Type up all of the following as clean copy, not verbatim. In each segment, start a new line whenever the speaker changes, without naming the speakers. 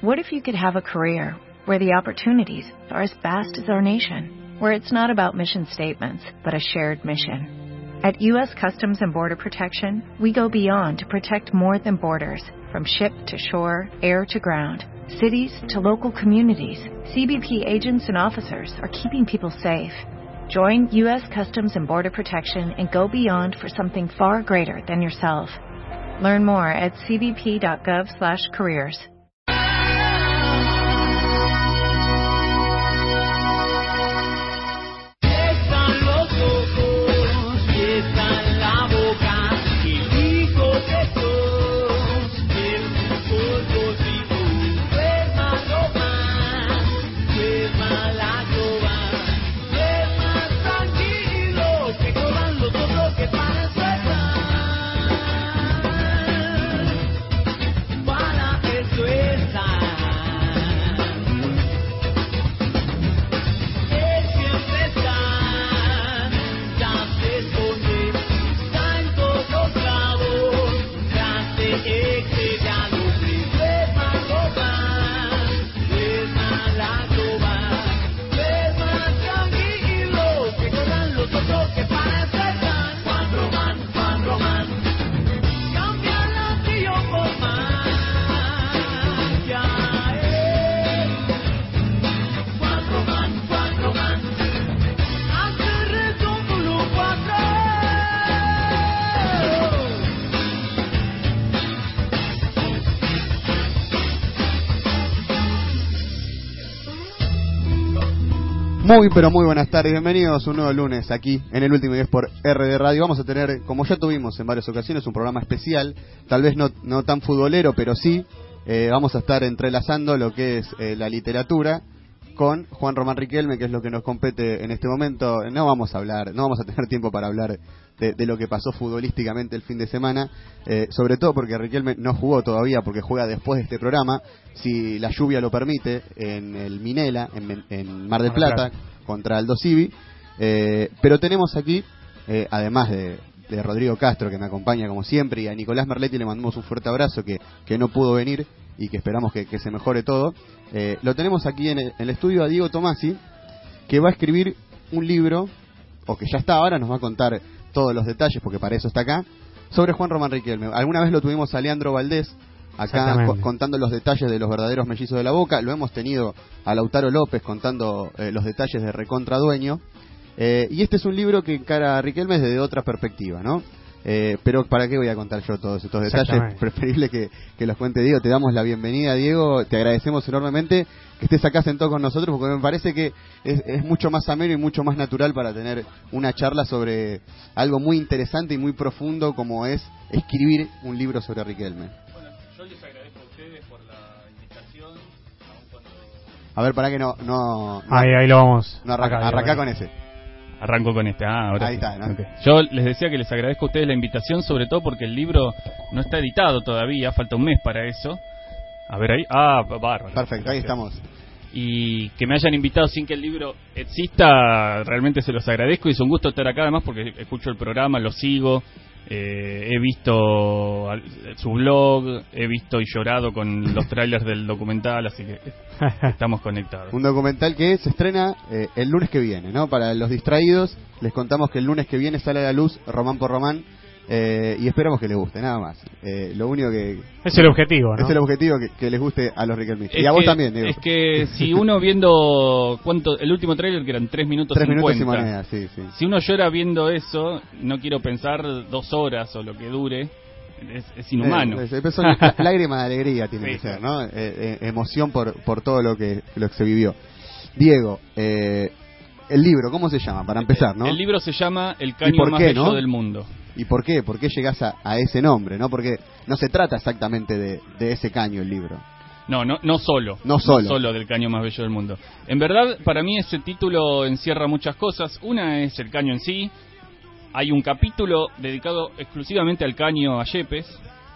What if you could have a career where the opportunities are as vast as our nation, where it's not about mission statements, but a shared mission? At U.S. Customs and Border Protection, we go beyond to protect more than borders, from ship to shore, air to ground, cities to local communities. CBP agents and officers are keeping people safe. Join U.S. Customs and Border Protection and go beyond for something far greater than yourself. Learn more at cbp.gov/careers.
Muy pero muy buenas tardes, bienvenidos un nuevo lunes aquí en el último 10 por RD Radio. Vamos a tener, como ya tuvimos en varias ocasiones, un programa especial, tal vez no tan futbolero, pero sí vamos a estar entrelazando lo que es la literatura con Juan Román Riquelme, que es lo que nos compete en este momento. No vamos a tener tiempo para hablar de lo que pasó futbolísticamente el fin de semana, sobre todo porque Riquelme no jugó todavía, porque juega después de este programa, si la lluvia lo permite, en el Minela, en Mar del Plata, contra Aldo Civi. Pero tenemos aquí, además de Rodrigo Castro, que me acompaña como siempre, y a Nicolás Merletti le mandamos un fuerte abrazo, que no pudo venir y que esperamos que se mejore todo. Lo tenemos aquí en el estudio a Diego Tomasi, que va a escribir un libro, o que ya está ahora, nos va a contar todos los detalles, porque para eso está acá, sobre Juan Román Riquelme. Alguna vez lo tuvimos a Leandro Valdés acá contando los detalles de los verdaderos mellizos de la Boca. Lo hemos tenido a Lautaro López contando los detalles de Recontra Dueño. Y este es un libro que encara a Riquelme desde otra perspectiva, ¿no? Pero ¿para qué voy a contar yo todos estos detalles? Preferible que los cuente Diego. Te damos la bienvenida, Diego. Te agradecemos enormemente que estés acá sentado con nosotros, porque me parece que es mucho más ameno y mucho más natural para tener una charla sobre algo muy interesante y muy profundo, como es escribir un libro sobre Riquelme.
Bueno, yo les agradezco a ustedes por la invitación.
A ver, para que no
ahí lo vamos.
No arranca con ese.
Arranco con este, ahora
ahí
sí.
Está, ¿no?
Okay. Yo les decía que les agradezco a ustedes la invitación, sobre todo porque el libro no está editado todavía, falta un mes para eso. A ver ahí, bárbaro.
Perfecto, ahí estamos.
Y que me hayan invitado sin que el libro exista, realmente se los agradezco y es un gusto estar acá, además porque escucho el programa, lo sigo, he visto su blog, he visto y llorado con los trailers del documental, así que estamos conectados.
Un documental que se estrena el lunes que viene, ¿no? Para los distraídos, les contamos que el lunes que viene sale a la luz Román por Román, y esperamos que les guste, nada más. Lo único que...
Es el objetivo, ¿no?
Es el objetivo que les guste a los riquelmistas. Y a vos también, Diego.
Es que si uno viendo... el último trailer, que eran 3 minutos
3 minutos
50.
y moneda, sí.
Si uno llora viendo eso, no quiero pensar 2 horas o lo que dure. Es inhumano.
Son lágrimas de alegría tiene que ser, ¿no? Emoción por todo lo que se vivió. Diego, el libro, ¿cómo se llama? Para empezar, ¿no?
El libro se llama El caño más bello del mundo.
¿Y por qué? ¿Por qué llegás a ese nombre, no? Porque no se trata exactamente de ese caño el libro.
No solo del caño más bello del mundo. En verdad, para mí ese título encierra muchas cosas. Una es el caño en sí. Hay un capítulo dedicado exclusivamente al caño a Yepes,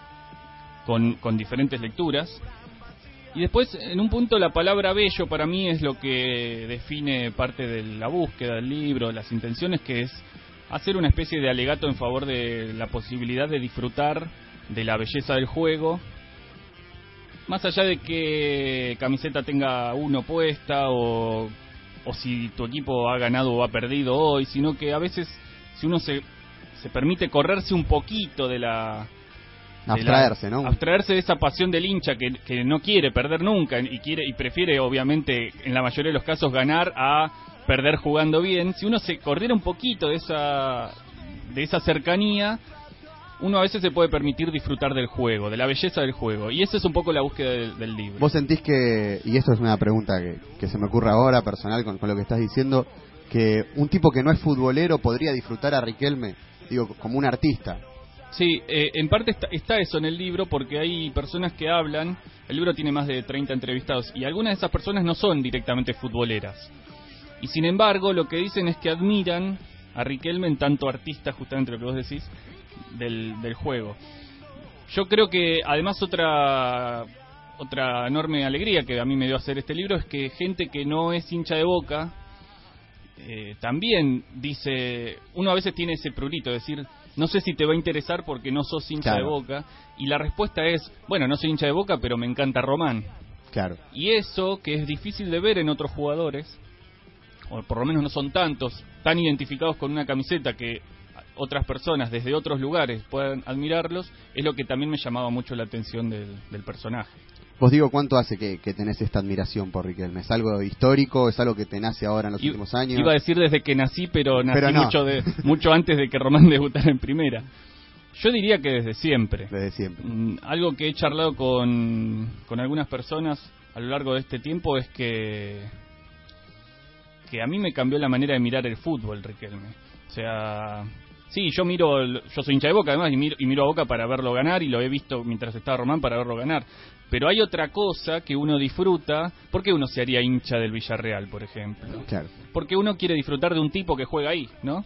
con diferentes lecturas. Y después, en un punto, la palabra bello para mí es lo que define parte de la búsqueda del libro, las intenciones, que es hacer una especie de alegato en favor de la posibilidad de disfrutar de la belleza del juego, Más allá de que camiseta tenga uno puesta o si tu equipo ha ganado o ha perdido hoy, sino que a veces si uno se permite correrse un poquito de la... abstraerse de esa pasión del hincha que no quiere perder nunca y prefiere obviamente en la mayoría de los casos ganar a perder jugando bien. Si uno se corriera un poquito de esa cercanía, uno a veces se puede permitir disfrutar del juego, de la belleza del juego, y esa es un poco la búsqueda del libro.
¿Vos sentís que, y esto es una pregunta que se me ocurre ahora personal con lo que estás diciendo, que un tipo que no es futbolero podría disfrutar a Riquelme, digo, como un artista?
Sí, en parte está eso en el libro, porque hay personas que hablan, el libro tiene más de 30 entrevistados, y algunas de esas personas no son directamente futboleras, y sin embargo lo que dicen es que admiran a Riquelme en tanto artista, justamente lo que vos decís, del juego. Yo creo que además otra enorme alegría que a mí me dio hacer este libro es que gente que no es hincha de Boca también dice, uno a veces tiene ese prurito de decir, no sé si te va a interesar porque no sos hincha de Boca, y la respuesta es, bueno, no soy hincha de Boca, pero me encanta Román.
Claro.
Y eso, que es difícil de ver en otros jugadores, o por lo menos no son tantos, tan identificados con una camiseta que otras personas desde otros lugares puedan admirarlos, es lo que también me llamaba mucho la atención del personaje.
Vos, digo, ¿cuánto hace que tenés esta admiración por Riquelme? ¿Es algo histórico? ¿Es algo que te nace ahora en los últimos años?
Iba a decir desde que nací, pero nací no. mucho antes de que Román debutara en primera. Yo diría que desde siempre.
Desde siempre.
Algo que he charlado con algunas personas a lo largo de este tiempo es que a mí me cambió la manera de mirar el fútbol, Riquelme. O sea, sí, yo soy hincha de Boca además, y miro a Boca para verlo ganar, y lo he visto mientras estaba Román para verlo ganar. Pero hay otra cosa que uno disfruta. ¿Por qué uno se haría hincha del Villarreal, por ejemplo?
Claro.
Porque uno quiere disfrutar de un tipo que juega ahí, ¿no?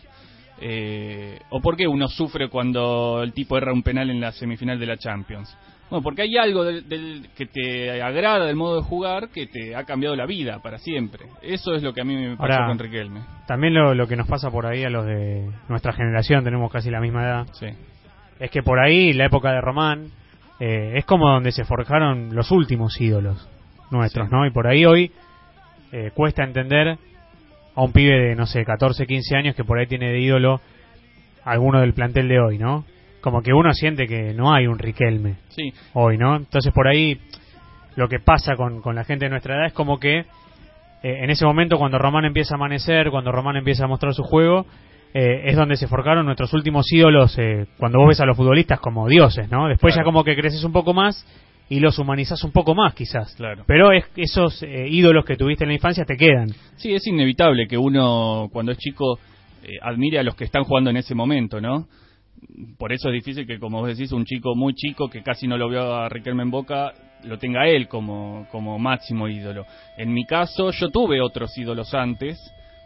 ¿O por qué uno sufre cuando el tipo erra un penal en la semifinal de la Champions? Bueno, porque hay algo que te agrada del modo de jugar que te ha cambiado la vida para siempre. Eso es lo que a mí me pasó con Riquelme.
También lo que nos pasa por ahí a los de nuestra generación, tenemos casi la misma edad,
sí,
es que por ahí la época de Román es como donde se forjaron los últimos ídolos nuestros, sí, ¿no? Y por ahí hoy cuesta entender a un pibe de, no sé, 14, 15 años que por ahí tiene de ídolo alguno del plantel de hoy, ¿no? Como que uno siente que no hay un Riquelme hoy, ¿no? Entonces por ahí lo que pasa con la gente de nuestra edad es como que en ese momento cuando Román empieza a amanecer, cuando Román empieza a mostrar su juego, es donde se forjaron nuestros últimos ídolos, cuando vos ves a los futbolistas como dioses, ¿no? Después claro, ya como que creces un poco más y los humanizás un poco más quizás,
claro,
pero esos ídolos que tuviste en la infancia te quedan.
Sí, es inevitable que uno cuando es chico admire a los que están jugando en ese momento, ¿no? Por eso es difícil que, como vos decís, un chico muy chico que casi no lo vio a Riquelme en Boca lo tenga él como máximo ídolo. En mi caso, yo tuve otros ídolos antes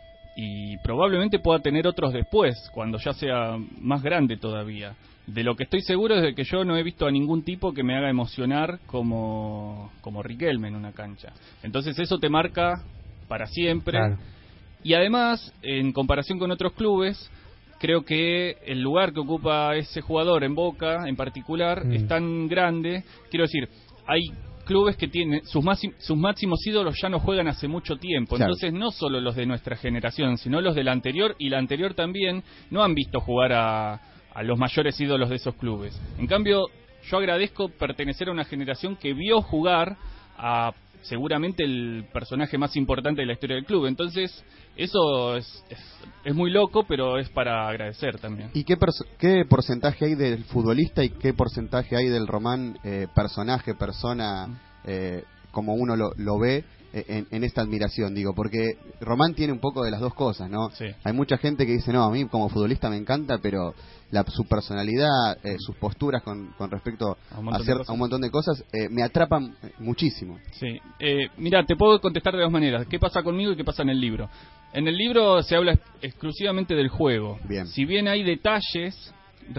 y probablemente pueda tener otros después, cuando ya sea más grande todavía. De lo que estoy seguro es de que yo no he visto a ningún tipo que me haga emocionar como Riquelme en una cancha. Entonces eso te marca para siempre.
Claro.
Y además, en comparación con otros clubes, creo que el lugar que ocupa ese jugador en Boca, en particular, es tan grande. Quiero decir, hay clubes que tienen sus máximos ídolos ya no juegan hace mucho tiempo. Claro. Entonces, no solo los de nuestra generación, sino los de la anterior y la anterior también, no han visto jugar a los mayores ídolos de esos clubes. En cambio, yo agradezco pertenecer a una generación que vio jugar a seguramente el personaje más importante de la historia del club. Entonces eso es muy loco, pero es para agradecer también.
¿Y qué porcentaje hay del futbolista y qué porcentaje hay del Román personaje, persona, como uno lo ve en esta admiración? Digo, porque Román tiene un poco de las dos cosas, ¿no?
Sí.
Hay mucha gente que dice, no, a mí como futbolista me encanta, pero su personalidad, sus posturas con respecto a hacer a un montón de cosas me atrapan muchísimo.
Sí. Mira, te puedo contestar de dos maneras. ¿Qué pasa conmigo y qué pasa en el libro? En el libro se habla exclusivamente del juego.
Bien.
Si bien hay detalles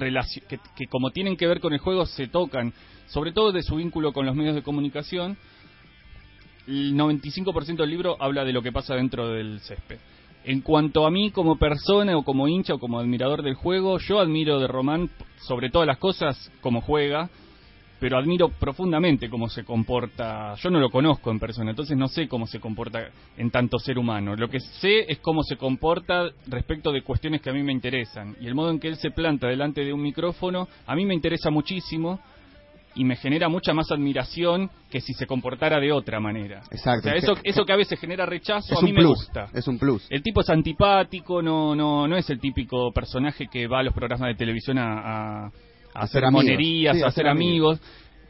que como tienen que ver con el juego se tocan, sobre todo de su vínculo con los medios de comunicación, el 95% del libro habla de lo que pasa dentro del césped. En cuanto a mí como persona o como hincha o como admirador del juego, yo admiro de Román sobre todas las cosas cómo juega, pero admiro profundamente cómo se comporta. Yo no lo conozco en persona, entonces no sé cómo se comporta en tanto ser humano. Lo que sé es cómo se comporta respecto de cuestiones que a mí me interesan. Y el modo en que él se planta delante de un micrófono, a mí me interesa muchísimo y me genera mucha más admiración que si se comportara de otra manera.
Exacto.
O sea, eso que a veces genera rechazo, a mí
me
gusta.
Es un plus.
El tipo es antipático, no es el típico personaje que va a los programas de televisión a hacer monerías,
sí,
a hacer amigos.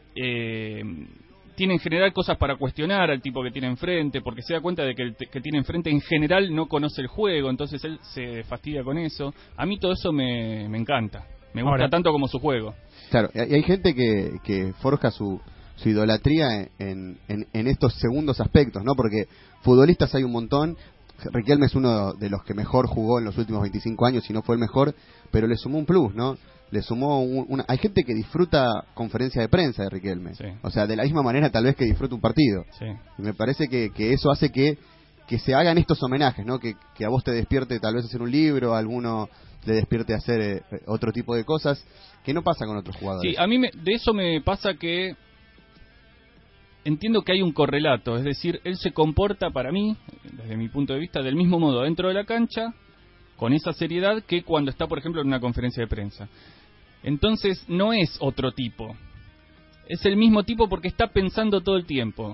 Tiene en general cosas para cuestionar al tipo que tiene enfrente, porque se da cuenta de que el que tiene enfrente en general no conoce el juego, entonces él se fastidia con eso. A mí todo eso me encanta, me gusta tanto como su juego.
Claro, y hay gente que forja su idolatría en estos segundos aspectos, ¿no? Porque futbolistas hay un montón. Riquelme es uno de los que mejor jugó en los últimos 25 años, si no fue el mejor, pero le sumó un plus, ¿no? Le sumó hay gente que disfruta conferencia de prensa de Riquelme, sí. O sea, de la misma manera tal vez que disfruta un partido, sí. Y me parece que eso hace que se hagan estos homenajes, ¿no? Que a vos te despierte tal vez hacer un libro, a alguno le despierte hacer otro tipo de cosas, que no pasa con otros jugadores.
Sí, a mí de eso me pasa que entiendo que hay un correlato, es decir, él se comporta para mí, desde mi punto de vista, del mismo modo dentro de la cancha, con esa seriedad que cuando está, por ejemplo, en una conferencia de prensa. Entonces no es otro tipo, es el mismo tipo porque está pensando todo el tiempo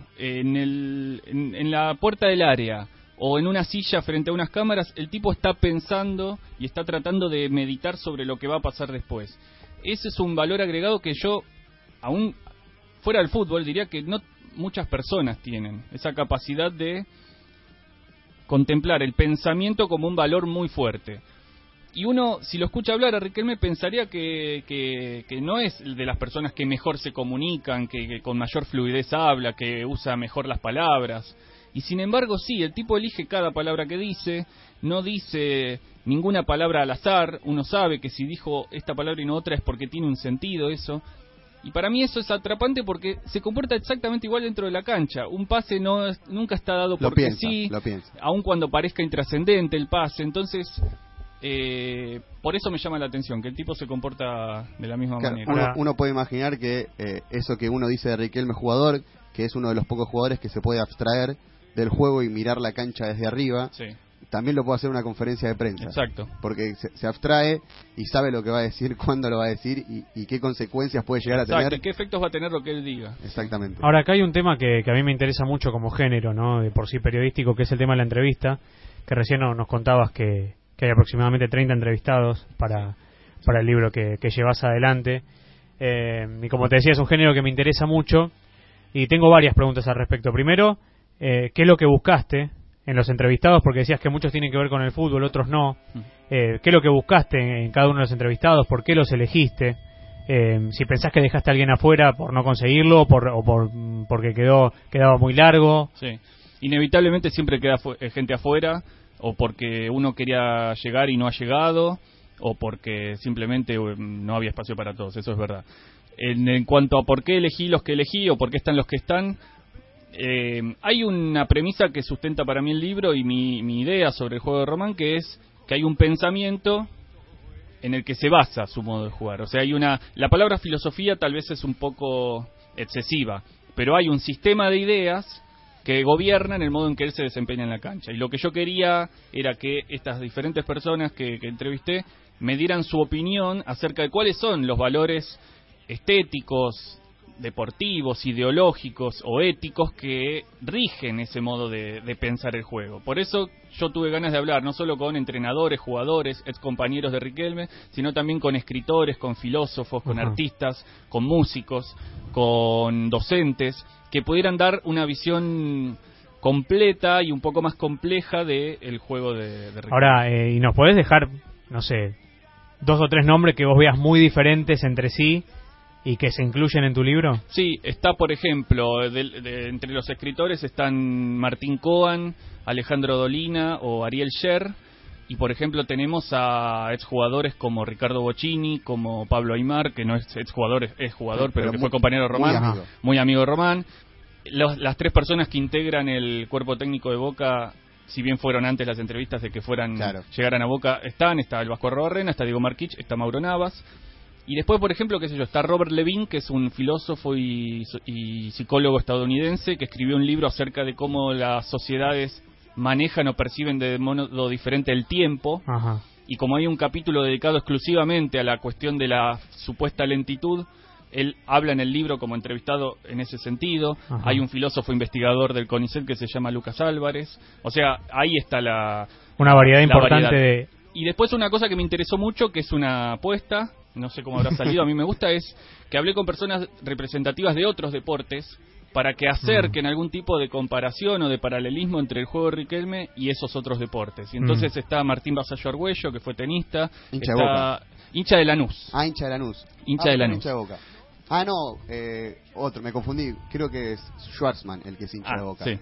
en la puerta del área o en una silla frente a unas cámaras. El tipo está pensando y está tratando de meditar sobre lo que va a pasar después. Ese es un valor agregado que yo, aún fuera del fútbol, diría que no muchas personas tienen esa capacidad de contemplar el pensamiento como un valor muy fuerte. Y uno, si lo escucha hablar a Riquelme, pensaría que no es de las personas que mejor se comunican, que con mayor fluidez habla, que usa mejor las palabras. Y sin embargo, sí, el tipo elige cada palabra que dice, no dice ninguna palabra al azar. Uno sabe que si dijo esta palabra y no otra es porque tiene un sentido eso. Y para mí eso es atrapante porque se comporta exactamente igual dentro de la cancha. Un pase nunca está dado porque sí, aun cuando parezca intrascendente el pase. Entonces, por eso me llama la atención, que el tipo se comporta de la misma manera.
Uno puede imaginar que eso que uno dice de Riquelme jugador, que es uno de los pocos jugadores que se puede abstraer del juego y mirar la cancha desde arriba, sí. También lo puede hacer en una conferencia de prensa.
Exacto.
Porque se abstrae y sabe lo que va a decir, cuándo lo va a decir y qué consecuencias puede llegar a tener.
¿Y qué efectos va a tener lo que él diga?
Exactamente.
Ahora, acá hay un tema que a mí me interesa mucho como género, ¿no? De por sí periodístico, que es el tema de la entrevista, que recién nos contabas que hay aproximadamente 30 entrevistados para el libro que llevas adelante. Y como te decía, es un género que me interesa mucho y tengo varias preguntas al respecto. Primero, ¿qué es lo que buscaste en los entrevistados? Porque decías que muchos tienen que ver con el fútbol, otros no. ¿Qué es lo que buscaste en cada uno de los entrevistados? ¿Por qué los elegiste? Si pensás que dejaste a alguien afuera por no conseguirlo porque quedaba muy largo.
Sí, inevitablemente siempre queda gente afuera, o porque uno quería llegar y no ha llegado, o porque simplemente no había espacio para todos, eso es verdad. En cuanto a por qué elegí los que elegí o por qué están los que están, hay una premisa que sustenta para mí el libro y mi idea sobre el juego de Román, que es que hay un pensamiento en el que se basa su modo de jugar. O sea, la palabra filosofía tal vez es un poco excesiva, pero hay un sistema de ideas que gobiernan el modo en que él se desempeña en la cancha. Y lo que yo quería era que estas diferentes personas que entrevisté me dieran su opinión acerca de cuáles son los valores estéticos, deportivos, ideológicos o éticos que rigen ese modo de pensar el juego. Por eso yo tuve ganas de hablar no solo con entrenadores, jugadores, ex compañeros de Riquelme, sino también con escritores, con filósofos, con artistas, con músicos, con docentes, que pudieran dar una visión completa y un poco más compleja del juego de Riquelme.
Ahora, ¿y nos podés dejar, no sé, 2 o 3 nombres que vos veas muy diferentes entre sí y que se incluyen en tu libro?
Sí, está, por ejemplo, entre los escritores están Martín Coan, Alejandro Dolina o Ariel Sher, y por ejemplo tenemos a exjugadores como Ricardo Bocchini, como Pablo Aimar, que no es exjugador, es jugador, pero que fue compañero de Román, muy amigo de Román. Las 3 personas que integran el cuerpo técnico de Boca, si bien fueron antes las entrevistas de que llegaran a Boca, está el Vasco Arrobarrena, está Diego Marquich, está Mauro Navas. Y después, por ejemplo, qué sé yo, está Robert Levine, que es un filósofo y psicólogo estadounidense, que escribió un libro acerca de cómo las sociedades manejan o perciben de modo diferente el tiempo.
Ajá.
Y como hay un capítulo dedicado exclusivamente a la cuestión de la supuesta lentitud, él habla en el libro como entrevistado en ese sentido.
Ajá.
Hay un filósofo investigador del CONICET que se llama Lucas Álvarez. O sea, ahí está
una variedad importante
variedad. Y después una cosa que me interesó mucho, que es una apuesta, no sé cómo habrá salido, a mí me gusta, es que hablé con personas representativas de otros deportes para que acerquen algún tipo de comparación o de paralelismo entre el juego de Riquelme y esos otros deportes. Y entonces está Martín Vasallo Argüello, que fue tenista,
hincha de Boca.
Hincha de Lanús.
Hincha de Lanús.
Hincha de Lanús.
Hincha de Boca. No, otro, me confundí, creo que es Schwartzman el que es hincha de Boca.
Sí.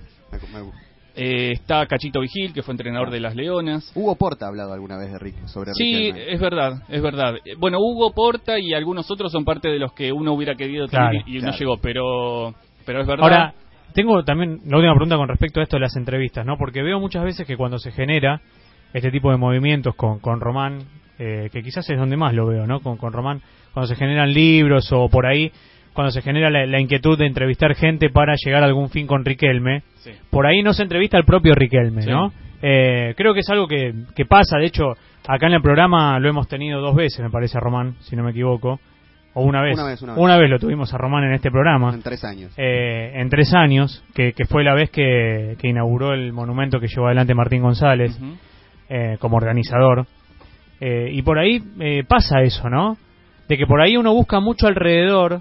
Está Cachito Vigil, que fue entrenador de las Leonas.
Hugo Porta ha hablado alguna vez de sobre Riquelme.
Sí, es verdad. Bueno, Hugo Porta y algunos otros son parte de los que uno hubiera querido tener y no llegó, pero es verdad.
Ahora, tengo también la última pregunta con respecto a esto de las entrevistas, ¿no? Porque veo muchas veces que cuando se genera este tipo de movimientos con Román, que quizás es donde más lo veo, ¿no? Con Román, cuando se generan libros o por ahí, cuando se genera la inquietud de entrevistar gente para llegar a algún fin con Riquelme, sí. Por ahí no se entrevista al propio Riquelme, sí. ¿No? Creo que es algo que pasa, de hecho, acá en el programa lo hemos tenido 2 veces, me parece, a Román, si no me equivoco, o una vez. Una vez lo tuvimos a Román en este programa.
En 3 años.
En 3 años, que fue la vez que inauguró el monumento que llevó adelante Martín González, como organizador. Y por ahí pasa eso, ¿no? De que por ahí uno busca mucho alrededor,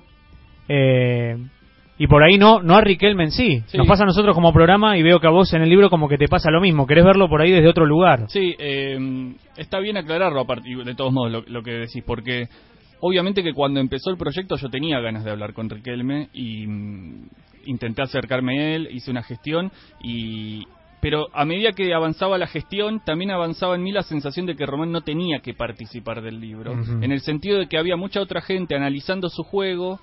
y por ahí no a Riquelme en sí. Nos pasa a nosotros como programa y veo que a vos en el libro como que te pasa lo mismo, querés verlo por ahí desde otro lugar.
Sí, está bien aclararlo a partir de todos modos lo que decís, porque obviamente que cuando empezó el proyecto yo tenía ganas de hablar con Riquelme y intenté acercarme a él, hice una gestión pero a medida que avanzaba la gestión, también avanzaba en mí la sensación de que Román no tenía que participar del libro, en el sentido de que había mucha otra gente analizando su juego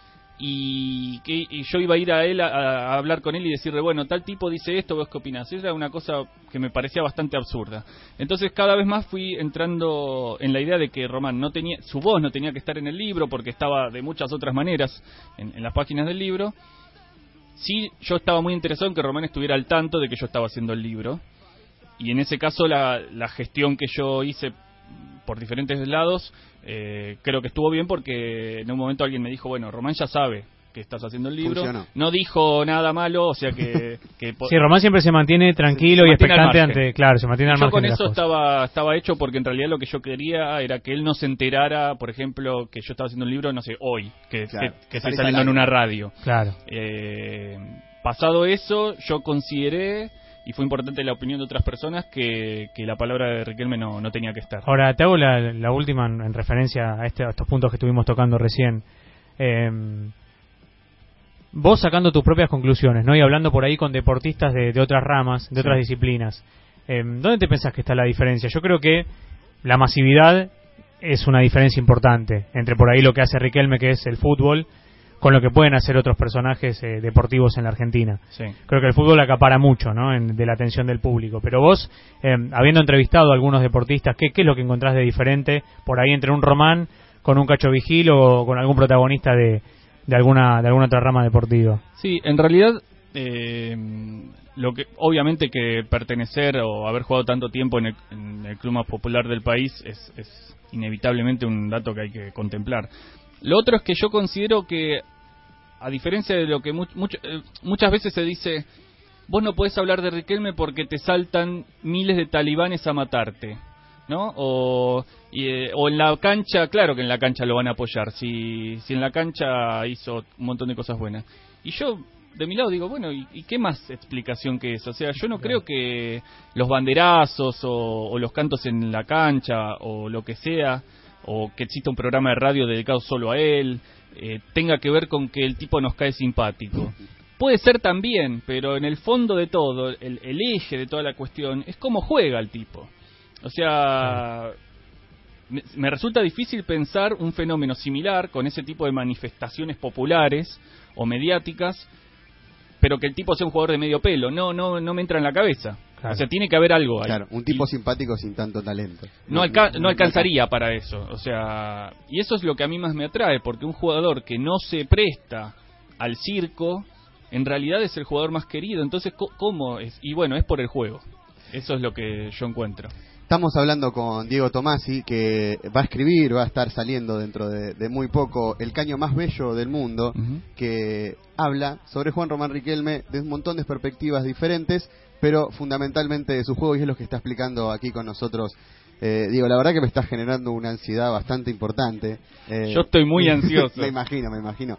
y yo iba a ir a él a hablar con él y decirle, bueno, tal tipo dice esto, ¿vos qué opinás? Era una cosa que me parecía bastante absurda. Entonces cada vez más fui entrando en la idea de que Román su voz no tenía que estar en el libro porque estaba de muchas otras maneras en las páginas del libro. Sí, yo estaba muy interesado en que Román estuviera al tanto de que yo estaba haciendo el libro, y en ese caso la gestión que yo hice por diferentes lados creo que estuvo bien, porque en un momento alguien me dijo, bueno, Román ya sabe que estás haciendo el libro. Funcionó. No dijo nada malo, o sea que
sí, Román siempre se mantiene tranquilo y expectante ante, claro, se mantiene al margen.
Yo con eso estaba hecho, porque en realidad lo que yo quería era que él no se enterara, por ejemplo, que yo estaba haciendo un libro, no sé, hoy, que estoy saliendo en una radio.
Claro.
Pasado eso, yo consideré, y fue importante la opinión de otras personas, que la palabra de Riquelme no tenía que estar.
Ahora, te hago la última en referencia a estos puntos que estuvimos tocando recién. Vos sacando tus propias conclusiones, ¿no? Y hablando por ahí con deportistas de otras ramas, de otras disciplinas. ¿Dónde te pensás que está la diferencia? Yo creo que la masividad es una diferencia importante entre por ahí lo que hace Riquelme, que es el fútbol, con lo que pueden hacer otros personajes deportivos en la Argentina. Sí. Creo que el fútbol acapara mucho, ¿no? De la atención del público. Pero vos, habiendo entrevistado a algunos deportistas, ¿qué es lo que encontrás de diferente por ahí entre un Román con un Cacho Vigil o con algún protagonista de alguna otra rama deportiva?
Sí, en realidad lo que obviamente que pertenecer o haber jugado tanto tiempo en el club más popular del país es inevitablemente un dato que hay que contemplar. Lo otro es que yo considero que, a diferencia de lo que muchas veces se dice, vos no podés hablar de Riquelme porque te saltan miles de talibanes a matarte, ¿no? O en la cancha, claro que en la cancha lo van a apoyar, si en la cancha hizo un montón de cosas buenas. Y yo, de mi lado, digo, bueno, ¿y qué más explicación que eso? O sea, yo no creo que los banderazos o los cantos en la cancha o lo que sea, o que exista un programa de radio dedicado solo a él, tenga que ver con que el tipo nos cae simpático. Puede ser también, pero en el fondo de todo, el eje de toda la cuestión es cómo juega el tipo. O sea, me resulta difícil pensar un fenómeno similar con ese tipo de manifestaciones populares o mediáticas, pero que el tipo sea un jugador de medio pelo. No me entra en la cabeza. Claro. O sea, tiene que haber algo ahí.
Claro, un tipo simpático sin tanto talento.
No alcanzaría para eso. O sea, y eso es lo que a mí más me atrae, porque un jugador que no se presta al circo, en realidad es el jugador más querido. Entonces, ¿cómo es? Y bueno, es por el juego. Eso es lo que yo encuentro.
Estamos hablando con Diego Tomasi, que va a escribir, va a estar saliendo dentro de muy poco, El caño más bello del mundo, que habla sobre Juan Román Riquelme de un montón de perspectivas diferentes, pero fundamentalmente de su juego, y es lo que está explicando aquí con nosotros. Diego, la verdad que me está generando una ansiedad bastante importante.
Yo estoy muy ansioso.
me imagino.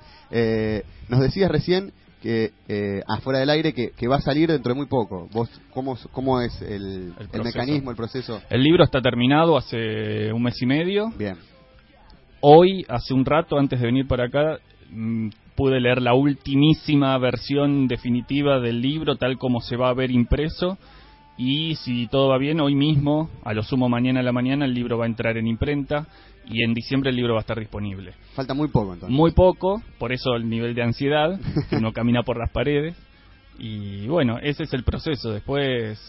Nos decías recién que afuera del aire que va a salir dentro de muy poco. ¿Vos cómo es el mecanismo, el proceso?
El libro está terminado hace un mes y medio.
Bien.
Hoy, hace un rato, antes de venir para acá, pude leer la ultimísima versión definitiva del libro, tal como se va a ver impreso. Y si todo va bien, hoy mismo, a lo sumo mañana a la mañana, el libro va a entrar en imprenta. Y en diciembre el libro va a estar disponible.
Falta muy poco, entonces.
Muy poco, por eso el nivel de ansiedad, uno camina por las paredes. Y bueno, ese es el proceso. Después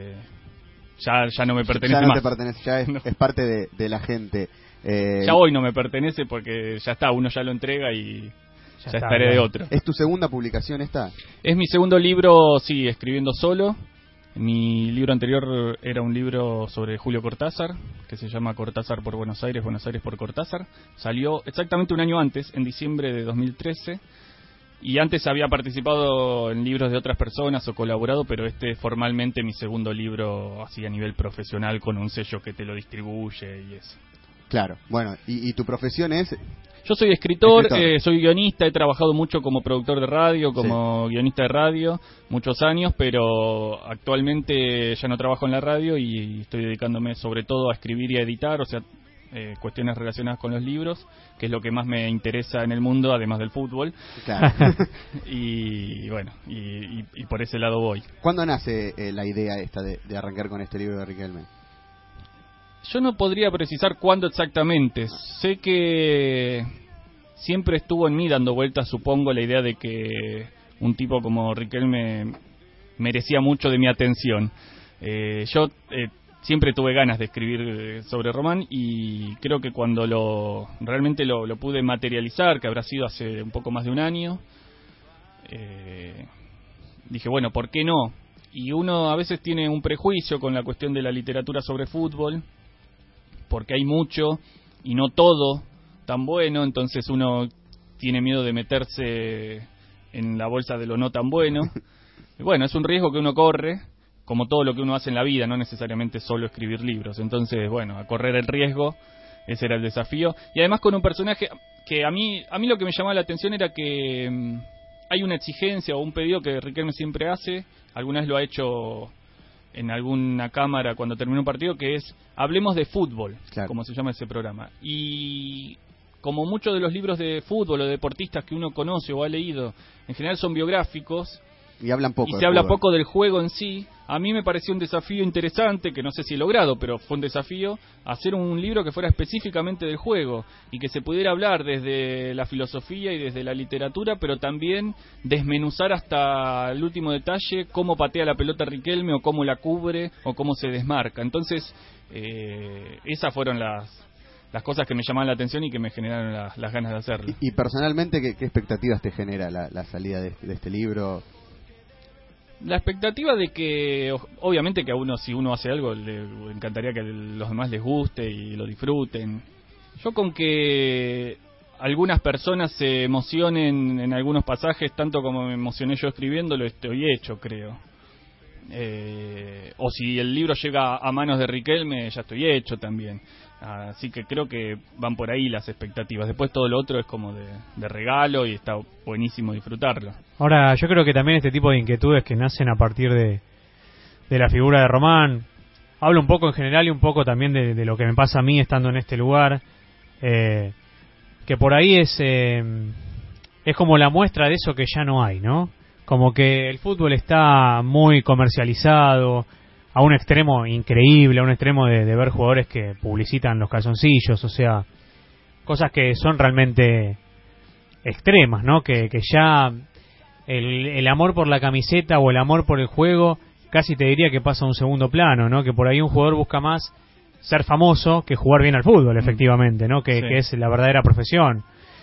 ya no me pertenece
más. Ya no
más.
te pertenece, ya es parte de la gente.
Ya hoy no me pertenece porque ya está, uno ya lo entrega y ya estaré de otro.
¿Es tu segunda publicación esta?
Es mi segundo libro, sí, escribiendo solo. Mi libro anterior era un libro sobre Julio Cortázar, que se llama Cortázar por Buenos Aires, Buenos Aires por Cortázar. Salió exactamente un año antes, en diciembre de 2013. Y antes había participado en libros de otras personas o colaborado, pero este es formalmente mi segundo libro así a nivel profesional, con un sello que te lo distribuye y eso.
Claro, bueno, ¿y tu profesión es?
Yo soy escritor. Soy guionista, he trabajado mucho como productor de radio, como guionista de radio, muchos años, pero actualmente ya no trabajo en la radio y estoy dedicándome sobre todo a escribir y a editar, o sea, cuestiones relacionadas con los libros, que es lo que más me interesa en el mundo, además del fútbol.
Claro.
Y bueno, y por ese lado voy.
¿Cuándo nace la idea esta de arrancar con este libro de Riquelme?
Yo no podría precisar cuándo exactamente. Sé que siempre estuvo en mí dando vueltas, supongo, la idea de que un tipo como Riquelme merecía mucho de mi atención. Yo siempre tuve ganas de escribir sobre Román y creo que cuando realmente lo pude materializar, que habrá sido hace un poco más de un año, dije, bueno, ¿por qué no? Y uno a veces tiene un prejuicio con la cuestión de la literatura sobre fútbol, porque hay mucho y no todo tan bueno, entonces uno tiene miedo de meterse en la bolsa de lo no tan bueno. Y bueno, es un riesgo que uno corre, como todo lo que uno hace en la vida, no necesariamente solo escribir libros. Entonces, bueno, a correr el riesgo, ese era el desafío. Y además con un personaje que a mí lo que me llamaba la atención era que hay una exigencia o un pedido que Riquelme siempre hace, alguna vez lo ha hecho en alguna cámara cuando termina un partido, que es hablemos de fútbol, claro, como se llama ese programa. Y como muchos de los libros de fútbol o de deportistas que uno conoce o ha leído, en general son biográficos,
y hablan poco,
y se habla poco del juego en sí. A mí me pareció un desafío interesante, que no sé si he logrado, pero fue un desafío hacer un libro que fuera específicamente del juego y que se pudiera hablar desde la filosofía y desde la literatura, pero también desmenuzar hasta el último detalle cómo patea la pelota Riquelme o cómo la cubre o cómo se desmarca. Entonces, esas fueron las cosas que me llamaban la atención y que me generaron las ganas de hacerlo.
Y personalmente, ¿qué expectativas te genera la salida de este libro?
La expectativa de que, obviamente que a uno, si uno hace algo, le encantaría que a los demás les guste y lo disfruten. Yo con que algunas personas se emocionen en algunos pasajes, tanto como me emocioné yo escribiéndolo, estoy hecho, creo. O si el libro llega a manos de Riquelme, ya estoy hecho también. Así que creo que van por ahí las expectativas. Después todo lo otro es como de regalo y está buenísimo disfrutarlo.
Ahora, yo creo que también este tipo de inquietudes que nacen a partir de la figura de Román, hablo un poco en general y un poco también de lo que me pasa a mí estando en este lugar, que por ahí es como la muestra de eso que ya no hay, ¿no? Como que el fútbol está muy comercializado, a un extremo increíble, a un extremo de ver jugadores que publicitan los calzoncillos, o sea, cosas que son realmente extremas, ¿no? Que ya el amor por la camiseta o el amor por el juego casi te diría que pasa a un segundo plano, ¿no? Que por ahí un jugador busca más ser famoso que jugar bien al fútbol, efectivamente, ¿no? Que es la verdadera profesión.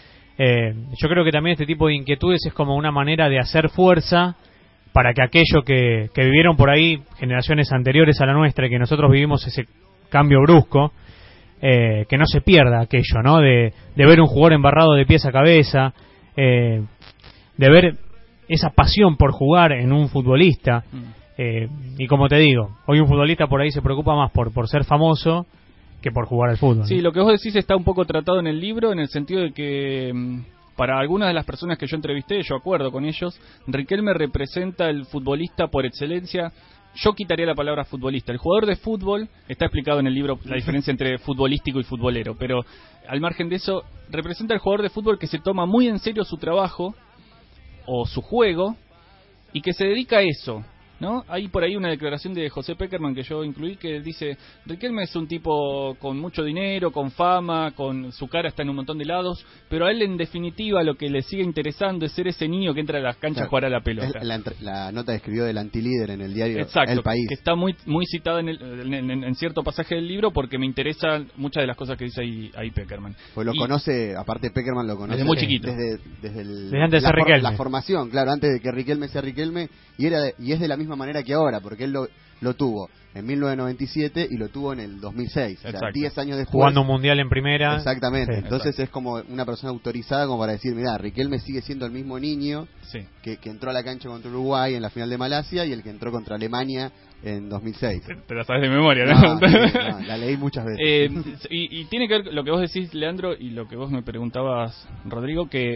Yo creo que también este tipo de inquietudes es como una manera de hacer fuerza para que aquello que vivieron por ahí generaciones anteriores a la nuestra y que nosotros vivimos ese cambio brusco, que no se pierda aquello, ¿no? De ver un jugador embarrado de pies a cabeza, de ver esa pasión por jugar en un futbolista. Y como te digo, hoy un futbolista por ahí se preocupa más por ser famoso que por jugar al fútbol.
Sí, lo que vos decís está un poco tratado en el libro, en el sentido de que para algunas de las personas que yo entrevisté, yo acuerdo con ellos, Riquelme representa el futbolista por excelencia. Yo quitaría la palabra futbolista. El jugador de fútbol, está explicado en el libro la diferencia entre futbolístico y futbolero, pero al margen de eso, representa el jugador de fútbol que se toma muy en serio su trabajo o su juego y que se dedica a eso, ¿no? Hay por ahí una declaración de José Peckerman que yo incluí que dice: Riquelme es un tipo con mucho dinero, con fama, con su cara está en un montón de lados, pero a él en definitiva lo que le sigue interesando es ser ese niño que entra a las canchas a jugar a la pelota.
La nota que escribió del antilíder en el diario
Exacto,
El País,
que está muy citada en cierto pasaje del libro, porque me interesan muchas de las cosas que dice ahí Peckerman.
Pues lo conoce, aparte Peckerman lo conoce
desde muy chiquito,
desde
antes de ser Riquelme.
La formación, claro, antes de que Riquelme sea Riquelme, y es de la misma manera que ahora, porque él lo tuvo en 1997 y lo tuvo en el 2006, o sea, 10 años después,
jugando un mundial en primera.
Exactamente,
sí.
Entonces es como una persona autorizada como para decir: mirá, Riquelme sigue siendo el mismo niño que entró a la cancha contra Uruguay en la final de Malasia y el que entró contra Alemania en 2006.
Te la sabes de memoria, ¿no?
No, la leí muchas veces.
Y tiene que ver lo que vos decís, Leandro, y lo que vos me preguntabas, Rodrigo, que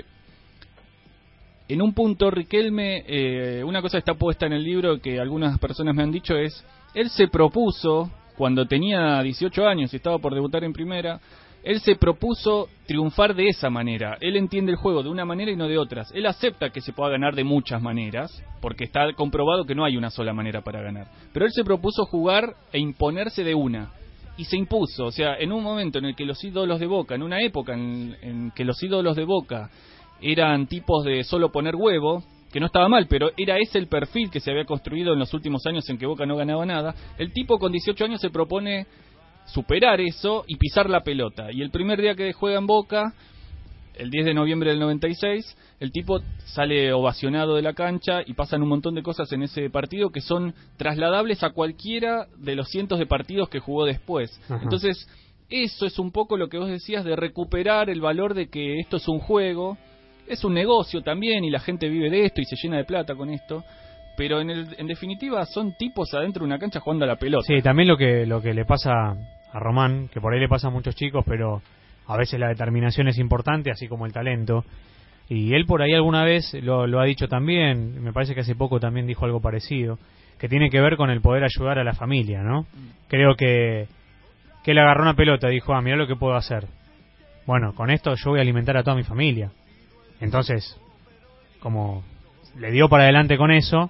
en un punto Riquelme, una cosa está puesta en el libro que algunas personas me han dicho es: él se propuso, cuando tenía 18 años y estaba por debutar en primera, él se propuso triunfar de esa manera. Él entiende el juego de una manera y no de otras. Él acepta que se pueda ganar de muchas maneras, porque está comprobado que no hay una sola manera para ganar. Pero él se propuso jugar e imponerse de una. Y se impuso, o sea, en un momento en el que los ídolos de Boca, en una época en que los ídolos de Boca eran tipos de solo poner huevo, que no estaba mal, pero era ese el perfil que se había construido en los últimos años en que Boca no ganaba nada. El tipo con 18 años se propone superar eso y pisar la pelota. Y el primer día que juega en Boca, el 10 de noviembre del 96, el tipo sale ovacionado de la cancha y pasan un montón de cosas en ese partido que son trasladables a cualquiera de los cientos de partidos que jugó después. Ajá. Entonces, eso es un poco lo que vos decías de recuperar el valor de que esto es un juego. Es un negocio también y la gente vive de esto y se llena de plata con esto, pero en definitiva son tipos adentro de una cancha jugando a la pelota.
Sí, también lo que le pasa a Román, que por ahí le pasa a muchos chicos, pero a veces la determinación es importante, así como el talento. Y él por ahí alguna vez lo ha dicho también, me parece que hace poco también dijo algo parecido, que tiene que ver con el poder ayudar a la familia, ¿no? Creo que él agarró una pelota y dijo: mirá lo que puedo hacer. Bueno, con esto yo voy a alimentar a toda mi familia. Entonces, como le dio para adelante con eso,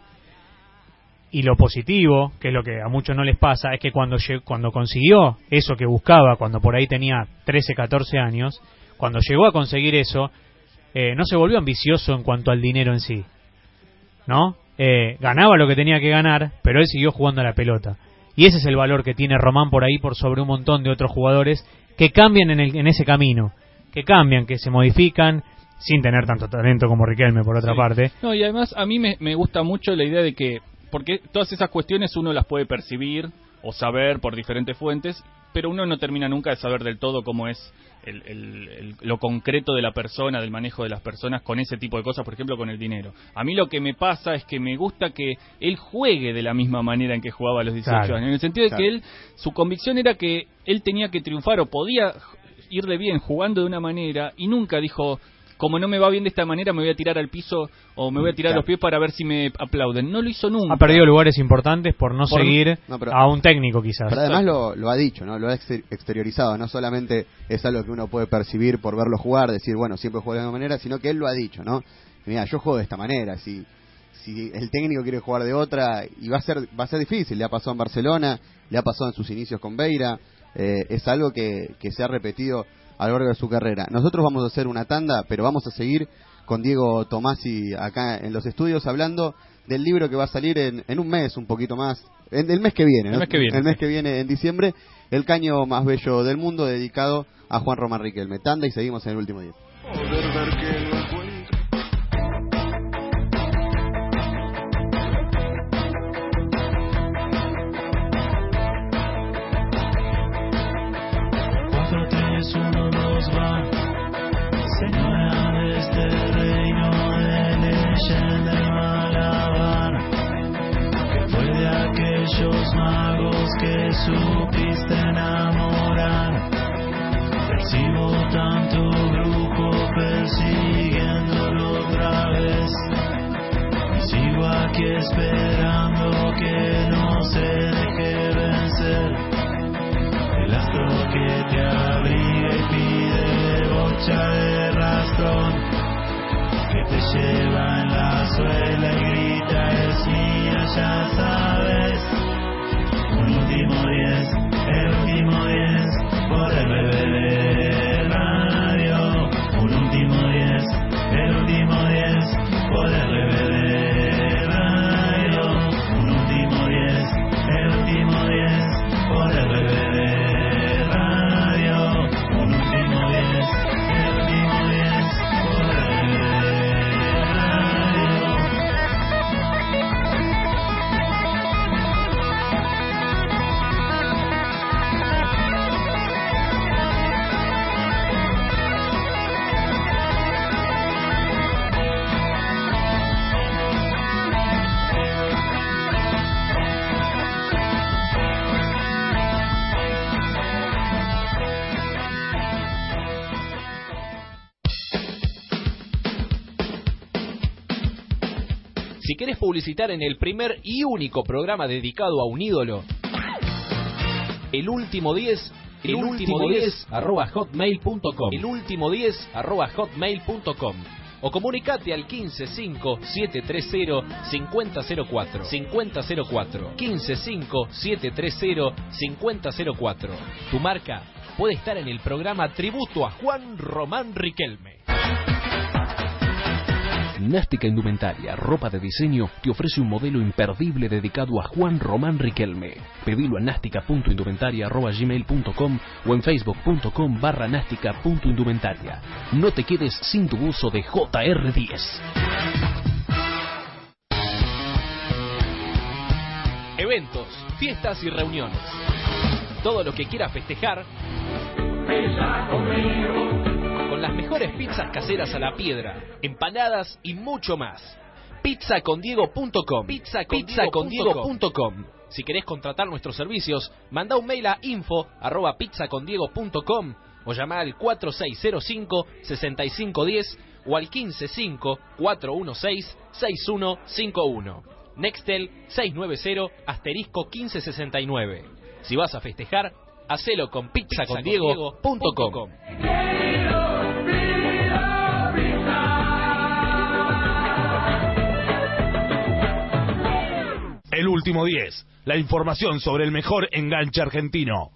y lo positivo, que es lo que a muchos no les pasa, es que cuando consiguió eso que buscaba, cuando por ahí tenía 13, 14 años, cuando llegó a conseguir eso, no se volvió ambicioso en cuanto al dinero en sí, ¿no? Ganaba lo que tenía que ganar, pero él siguió jugando a la pelota. Y ese es el valor que tiene Román por ahí por sobre un montón de otros jugadores que cambian en ese camino, que cambian, que se modifican, sin tener tanto talento como Riquelme, por otra parte.
No, y además a mí me gusta mucho la idea de que, porque todas esas cuestiones uno las puede percibir o saber por diferentes fuentes, pero uno no termina nunca de saber del todo cómo es lo concreto de la persona, del manejo de las personas con ese tipo de cosas, por ejemplo con el dinero. A mí lo que me pasa es que me gusta que él juegue de la misma manera en que jugaba a los 18 años, en el sentido de que su convicción era que él tenía que triunfar o podía irle bien jugando de una manera, y nunca dijo: como no me va bien de esta manera, me voy a tirar al piso o me voy a tirar a los pies para ver si me aplauden. No lo hizo nunca.
Ha perdido lugares importantes por no seguir a un técnico, quizás.
Pero además lo ha dicho, ¿no? Lo ha exteriorizado. No solamente es algo que uno puede percibir por verlo jugar, decir, bueno, siempre juega de la misma manera, sino que él lo ha dicho, ¿no? Mira, yo juego de esta manera. Si el técnico quiere jugar de otra, y va a ser difícil. Le ha pasado en Barcelona, le ha pasado en sus inicios con Beira. Es algo que se ha repetido a lo largo de su carrera. Nosotros vamos a hacer una tanda, pero vamos a seguir con Diego Tomasi acá en los estudios hablando del libro que va a salir en un mes, un poquito más, el mes que viene, ¿no? El mes que viene, en diciembre, El caño más bello del mundo, dedicado a Juan Román Riquelme. Tanda y seguimos en el último día.
Señora de este reino de leyenda y malabar, que fue de aquellos magos que supiste enamorar. Percibo tanto brujo persiguiéndolo otra vez, y sigo aquí esperando que no se deje vencer. El astro que te abriga y pide bocha de rastrón, que te lleva en la suela y grita es mía, ya sabes. Un último 10, el último 10, por el BBB Radio. Un último 10, el último 10, por el BBB Radio. Un último 10, el último 10, por el BBB.
Si querés publicitar en el primer y único programa dedicado a un ídolo, el último 10 @hotmail.com. El último 10 @hotmail.com. O comunicate al 155-730-5004. 5004. 155-730-5004. Tu marca puede estar en el programa Tributo a Juan Román Riquelme. Nástica Indumentaria, ropa de diseño, te ofrece un modelo imperdible dedicado a Juan Román Riquelme. Pedilo a nástica.indumentaria@gmail.com o en facebook.com/nástica.indumentaria. No te quedes sin tu uso de JR10. Eventos, fiestas y reuniones. Todo lo que quieras festejar. Con las mejores pizzas caseras a la piedra, empanadas y mucho más. Pizzacondiego.com. Pizzacondiego.com. Si querés contratar nuestros servicios, manda un mail a info@pizzacondiego.com o llama al 4605-6510 o al 155-416-6151. Nextel 690-1569. Si vas a festejar, hacelo con pizzacondiego.com.
El último 10, la información sobre el mejor enganche argentino.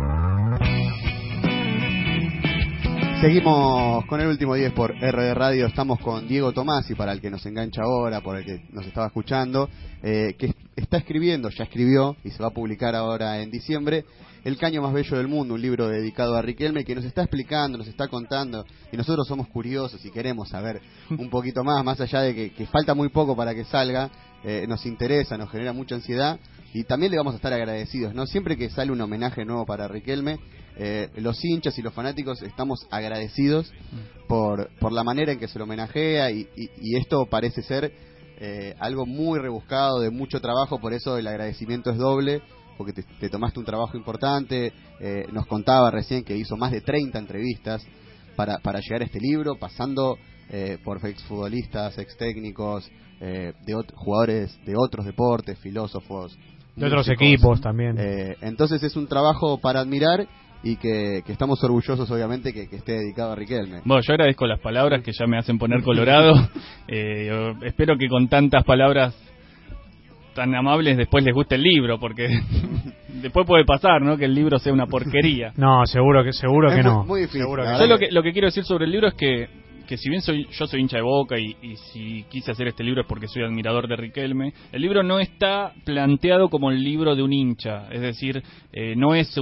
Seguimos con el último 10 por RD Radio. Estamos con Diego Tomasi, para el que nos engancha ahora, por el que nos estaba escuchando, que está escribiendo, ya escribió y se va a publicar ahora en diciembre, El caño más bello del mundo, un libro dedicado a Riquelme, que nos está explicando, nos está contando, y nosotros somos curiosos y queremos saber un poquito más allá de que falta muy poco para que salga. Nos interesa, nos genera mucha ansiedad, y también le vamos a estar agradecidos, ¿no? Siempre que sale un homenaje nuevo para Riquelme, los hinchas y los fanáticos estamos agradecidos por la manera en que se lo homenajea, y esto parece ser algo muy rebuscado, de mucho trabajo, por eso el agradecimiento es doble, porque te tomaste un trabajo importante. Nos contaba recién que hizo más de 30 entrevistas para llegar a este libro, pasando por exfutbolistas, extécnicos, jugadores de otros deportes, filósofos,
de otros equipos también.
Entonces es un trabajo para admirar, y que estamos orgullosos, obviamente, que esté dedicado a Riquelme.
Bueno, yo agradezco las palabras que ya me hacen poner colorado. Espero que con tantas palabras tan amables después les guste el libro, porque después puede pasar, ¿no? Que el libro sea una porquería.
No, seguro que no.
Muy difícil.
Seguro que
Yo lo que quiero decir sobre el libro es que si bien yo soy hincha de Boca y si quise hacer este libro es porque soy admirador de Riquelme, el libro no está planteado como el libro de un hincha, es decir, no es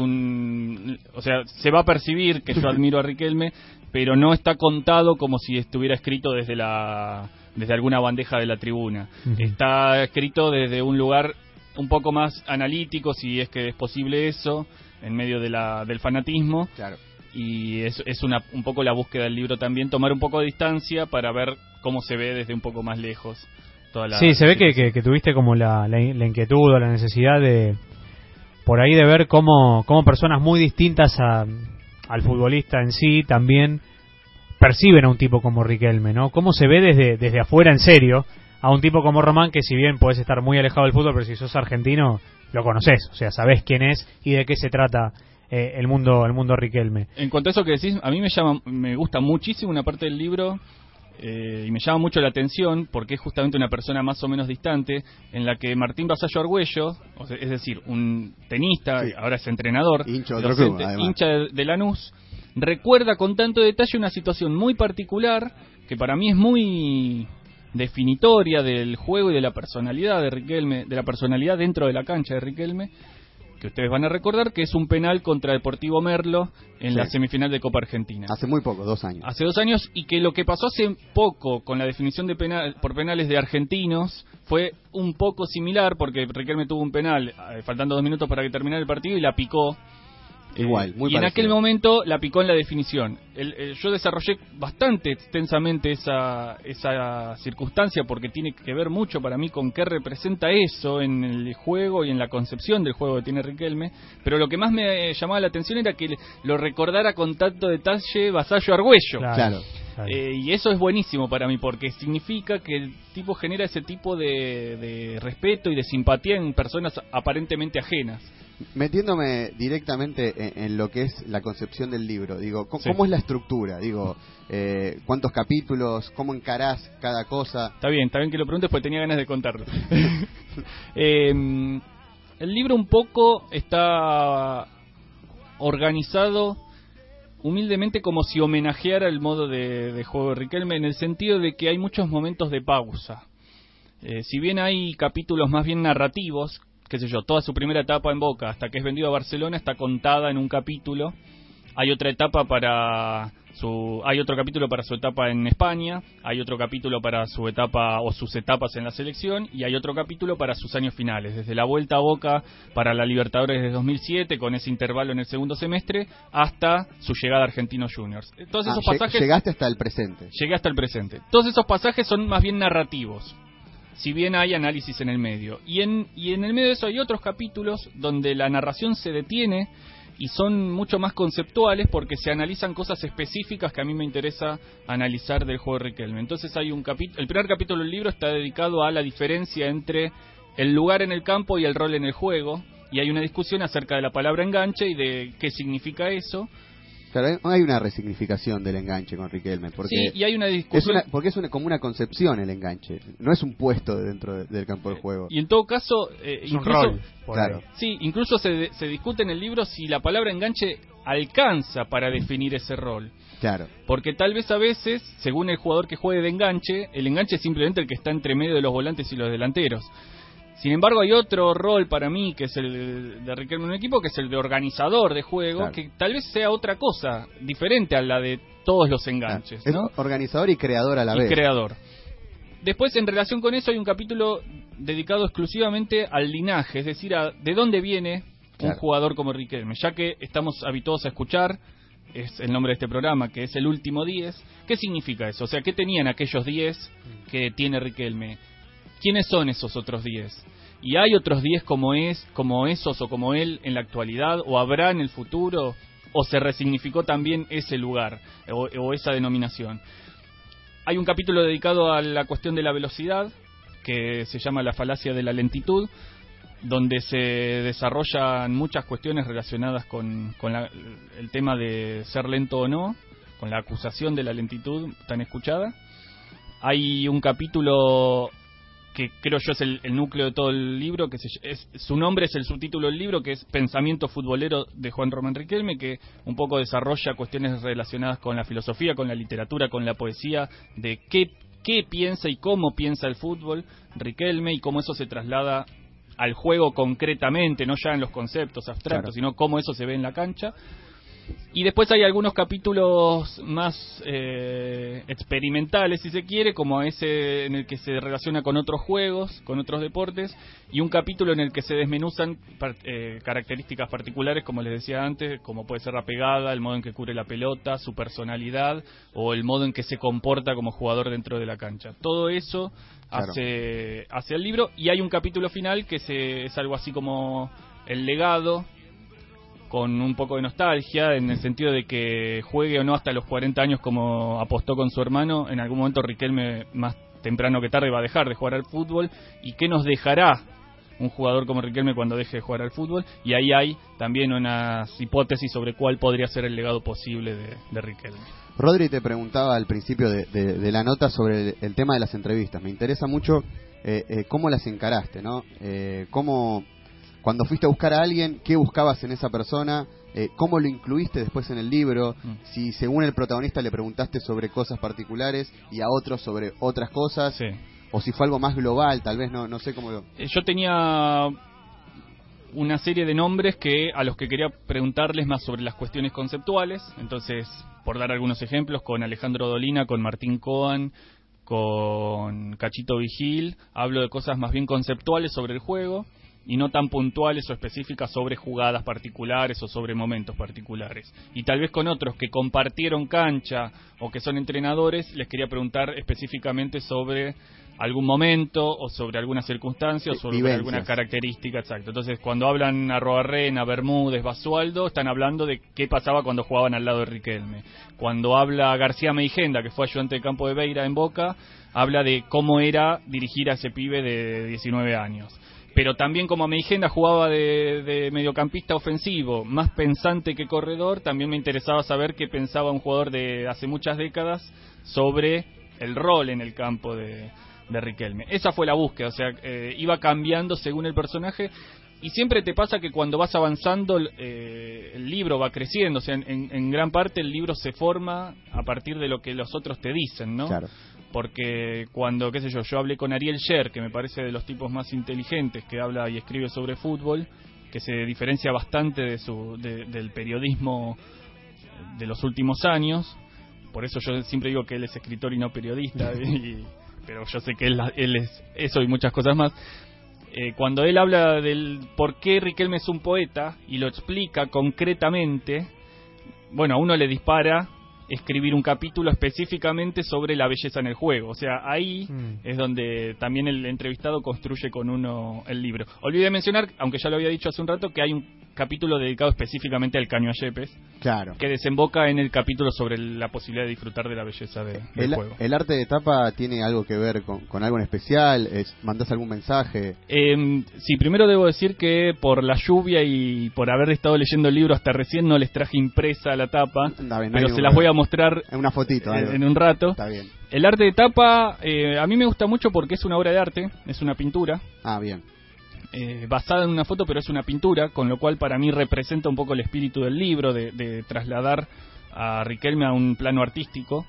o sea, se va a percibir que yo admiro a Riquelme, pero no está contado como si estuviera escrito desde alguna bandeja de la tribuna.
Uh-huh.
Está escrito desde un lugar un poco más analítico, si es que es posible eso, en medio del fanatismo.
Claro.
Y es un poco la búsqueda del libro también, tomar un poco de distancia para ver cómo se ve desde un poco más lejos toda la
sí, se ve
situación.
que tuviste como la inquietud o la necesidad de por ahí de ver cómo personas muy distintas al futbolista en sí también perciben a un tipo como Riquelme, ¿no? Cómo se ve desde afuera en serio a un tipo como Román, que si bien podés estar muy alejado del fútbol, pero si sos argentino lo conocés, o sea, sabés quién es y de qué se trata el mundo Riquelme.
En cuanto a eso que decís, a mí me gusta muchísimo una parte del libro y me llama mucho la atención porque es justamente una persona más o menos distante en la que Martín Vasallo Argüello, es decir, un tenista,
sí,
ahora es entrenador,
hincha de otro club,
hincha de Lanús, recuerda con tanto detalle una situación muy particular que para mí es muy definitoria del juego y de la personalidad de Riquelme, de la personalidad dentro de la cancha de Riquelme, que ustedes van a recordar, que es un penal contra Deportivo Merlo en la semifinal de Copa Argentina.
Hace muy poco, 2 años.
Hace 2 años, y que lo que pasó hace poco con la definición de por penales de argentinos fue un poco similar, porque Riquelme tuvo un penal faltando 2 minutos para que terminara el partido y la picó.
Igual, muy
y
parecido.
en aquel momento la picó en la definición. Yo desarrollé bastante extensamente esa circunstancia porque tiene que ver mucho para mí con qué representa eso en el juego y en la concepción del juego que tiene Riquelme. Pero lo que más me llamaba la atención era que lo recordara con tanto detalle Vasallo Argüello.
Claro.
Y eso es buenísimo para mí porque significa que el tipo genera ese tipo de respeto y de simpatía en personas aparentemente ajenas.
Metiéndome directamente en lo que es la concepción del libro, digo, ¿cómo
Sí.
es la estructura? Digo, ¿cuántos capítulos? ¿Cómo encarás cada cosa?
Está bien que lo preguntes porque tenía ganas de contarlo. El libro un poco está organizado humildemente como si homenajeara el modo de juego de Riquelme, en el sentido de que hay muchos momentos de pausa. Si bien hay capítulos más bien narrativos, qué sé yo, toda su primera etapa en Boca hasta que es vendido a Barcelona está contada en un capítulo. Hay otra etapa hay otro capítulo para su etapa en España, hay otro capítulo para su etapa o sus etapas en la selección y hay otro capítulo para sus años finales, desde la vuelta a Boca para la Libertadores de 2007 con ese intervalo en el segundo semestre hasta su llegada a Argentinos Juniors. Todos esos pasajes
Llegaste hasta el presente.
Llegué hasta el presente. Todos esos pasajes son más bien narrativos, si bien hay análisis en el medio. Y en el medio de eso hay otros capítulos donde la narración se detiene y son mucho más conceptuales porque se analizan cosas específicas que a mí me interesa analizar del juego de Riquelme. Entonces hay el primer capítulo del libro está dedicado a la diferencia entre el lugar en el campo y el rol en el juego, y hay una discusión acerca de la palabra enganche y de qué significa eso.
Claro, hay una resignificación del enganche con Riquelme, porque
sí, y hay una discusión
porque es como una concepción el enganche, no es un puesto dentro del campo de juego.
Y en todo caso,
Es
incluso,
un rol.
Claro.
Sí, incluso se discute en el libro si la palabra enganche alcanza para definir ese rol.
Claro.
Porque tal vez a veces, según el jugador que juegue de enganche, el enganche es simplemente el que está entre medio de los volantes y los delanteros. Sin embargo, hay otro rol para mí, que es el de Riquelme en un equipo, que es el de organizador de juego,
claro,
que tal vez sea otra cosa, diferente a la de todos los enganches.
Claro. Es organizador y creador a la vez.
Creador. Después, en relación con eso, hay un capítulo dedicado exclusivamente al linaje, es decir, a de dónde viene un jugador como Riquelme, ya que estamos habituados a escuchar, es el nombre de este programa, que es el último 10. ¿Qué significa eso? O sea, ¿qué tenían aquellos 10 que tiene Riquelme? ¿Quiénes son esos otros 10? ¿Y hay otros 10 como esos o como él en la actualidad? ¿O habrá en el futuro? ¿O se resignificó también ese lugar o esa denominación? Hay un capítulo dedicado a la cuestión de la velocidad, que se llama la falacia de la lentitud, donde se desarrollan muchas cuestiones relacionadas con el tema de ser lento o no, con la acusación de la lentitud tan escuchada. Hay un capítulo que creo yo es el núcleo de todo el libro, su nombre es el subtítulo del libro, que es Pensamiento futbolero de Juan Román Riquelme, que un poco desarrolla cuestiones relacionadas con la filosofía, con la literatura, con la poesía, de qué piensa y cómo piensa el fútbol Riquelme y cómo eso se traslada al juego concretamente, no ya en los conceptos abstractos, sino cómo eso se ve en la cancha. Y después hay algunos capítulos más experimentales, si se quiere, como ese en el que se relaciona con otros juegos, con otros deportes, y un capítulo en el que se desmenuzan características particulares, como les decía antes, como puede ser la pegada, el modo en que cubre la pelota, su personalidad, o el modo en que se comporta como jugador dentro de la cancha. Todo eso hace el libro, y hay un capítulo final que es algo así como el legado, con un poco de nostalgia, en el sentido de que juegue o no hasta los 40 años como apostó con su hermano, en algún momento Riquelme, más temprano que tarde, va a dejar de jugar al fútbol, y qué nos dejará un jugador como Riquelme cuando deje de jugar al fútbol, y ahí hay también unas hipótesis sobre cuál podría ser el legado posible de Riquelme.
Rodri te preguntaba al principio de la nota sobre el tema de las entrevistas. Me interesa mucho cómo las encaraste, ¿no? Cuando fuiste a buscar a alguien, ¿qué buscabas en esa persona? ¿Cómo lo incluiste después en el libro? Si según el protagonista le preguntaste sobre cosas particulares y a otros sobre otras cosas, o si fue algo más global, tal vez, no sé cómo...
Yo tenía una serie de nombres a los que quería preguntarles más sobre las cuestiones conceptuales. Entonces, por dar algunos ejemplos, con Alejandro Dolina, con Martín Coan, con Cachito Vigil, hablo de cosas más bien conceptuales sobre el juego, y no tan puntuales o específicas sobre jugadas particulares o sobre momentos particulares. Y tal vez con otros que compartieron cancha o que son entrenadores, les quería preguntar específicamente sobre algún momento o sobre alguna circunstancia o sobre alguna característica. Exacto. Entonces, cuando hablan Arroarrena, Bermúdez, Basualdo, están hablando de qué pasaba cuando jugaban al lado de Riquelme. Cuando habla García Meijenda, que fue ayudante de campo de Beira en Boca, habla de cómo era dirigir a ese pibe de 19 años. Pero también, como Meijenda jugaba de mediocampista ofensivo, más pensante que corredor, también me interesaba saber qué pensaba un jugador de hace muchas décadas sobre el rol en el campo de Riquelme. Esa fue la búsqueda, o sea, iba cambiando según el personaje, y siempre te pasa que cuando vas avanzando el libro va creciendo, o sea, en gran parte el libro se forma a partir de lo que los otros te dicen, ¿no?
Claro.
Porque cuando, qué sé yo hablé con Ariel Sher, que me parece de los tipos más inteligentes que habla y escribe sobre fútbol, que se diferencia bastante del periodismo de los últimos años, por eso yo siempre digo que él es escritor y no periodista, pero yo sé que él es eso y muchas cosas más. Cuando él habla del por qué Riquelme es un poeta y lo explica concretamente, bueno, a uno le dispara escribir un capítulo específicamente sobre la belleza en el juego. O sea, ahí es donde también el entrevistado construye con uno el libro. Olvidé mencionar, aunque ya lo había dicho hace un rato, que hay un capítulo dedicado específicamente al caño a Yepes, que desemboca en el capítulo sobre la posibilidad de disfrutar de la belleza del juego.
¿El arte de tapa tiene algo que ver con algo en especial? ¿Mandás algún mensaje?
Sí, primero debo decir que por la lluvia y por haber estado leyendo el libro hasta recién no les traje impresa la tapa, pero se las voy a mostrar
en una fotito,
en un rato.
Está bien.
El arte de tapa a mí me gusta mucho porque es una obra de arte, es una pintura.
Ah, bien.
Basada en una foto, pero es una pintura, con lo cual para mí representa un poco el espíritu del libro, de trasladar a Riquelme a un plano artístico.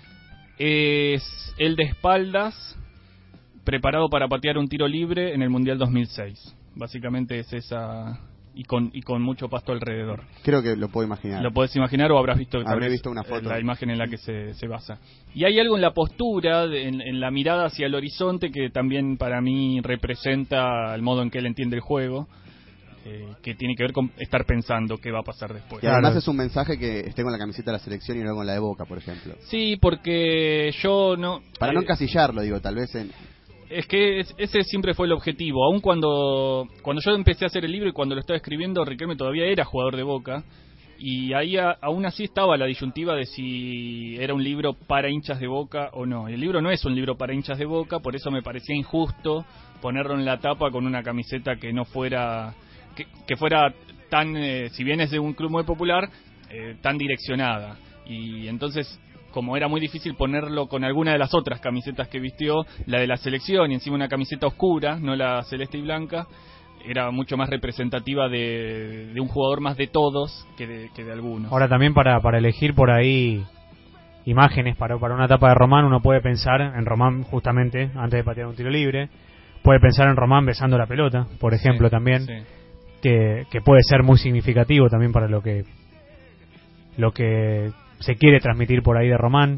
Es él de espaldas, preparado para patear un tiro libre en el Mundial 2006. Básicamente es esa... Y con mucho pasto alrededor.
Creo que lo puedo imaginar.
Lo puedes imaginar o habrás visto,
Habré visto una foto.
La imagen en la que se basa. Y hay algo en la postura, en la mirada hacia el horizonte, que también para mí representa el modo en que él entiende el juego, que tiene que ver con estar pensando qué va a pasar después.
Y además es un mensaje que esté con la camiseta de la selección y no con la de Boca, por ejemplo.
Sí, porque yo no...
Para no encasillarlo, digo, tal vez en...
Es que ese siempre fue el objetivo. Aun cuando yo empecé a hacer el libro y cuando lo estaba escribiendo, Riquelme todavía era jugador de Boca. Y ahí aún así estaba la disyuntiva de si era un libro para hinchas de Boca o no. El libro no es un libro para hinchas de Boca, por eso me parecía injusto ponerlo en la tapa con una camiseta que no fuera... que fuera tan, si bien es de un club muy popular, tan direccionada. Y entonces como era muy difícil ponerlo con alguna de las otras camisetas que vistió, la de la selección, y encima una camiseta oscura, no la celeste y blanca, era mucho más representativa de un jugador más de todos que de algunos.
Ahora también para elegir por ahí imágenes para una etapa de Román, uno puede pensar en Román justamente antes de patear un tiro libre, puede pensar en Román besando la pelota, por ejemplo, también, que puede ser muy significativo también para lo que se quiere transmitir por ahí de Román,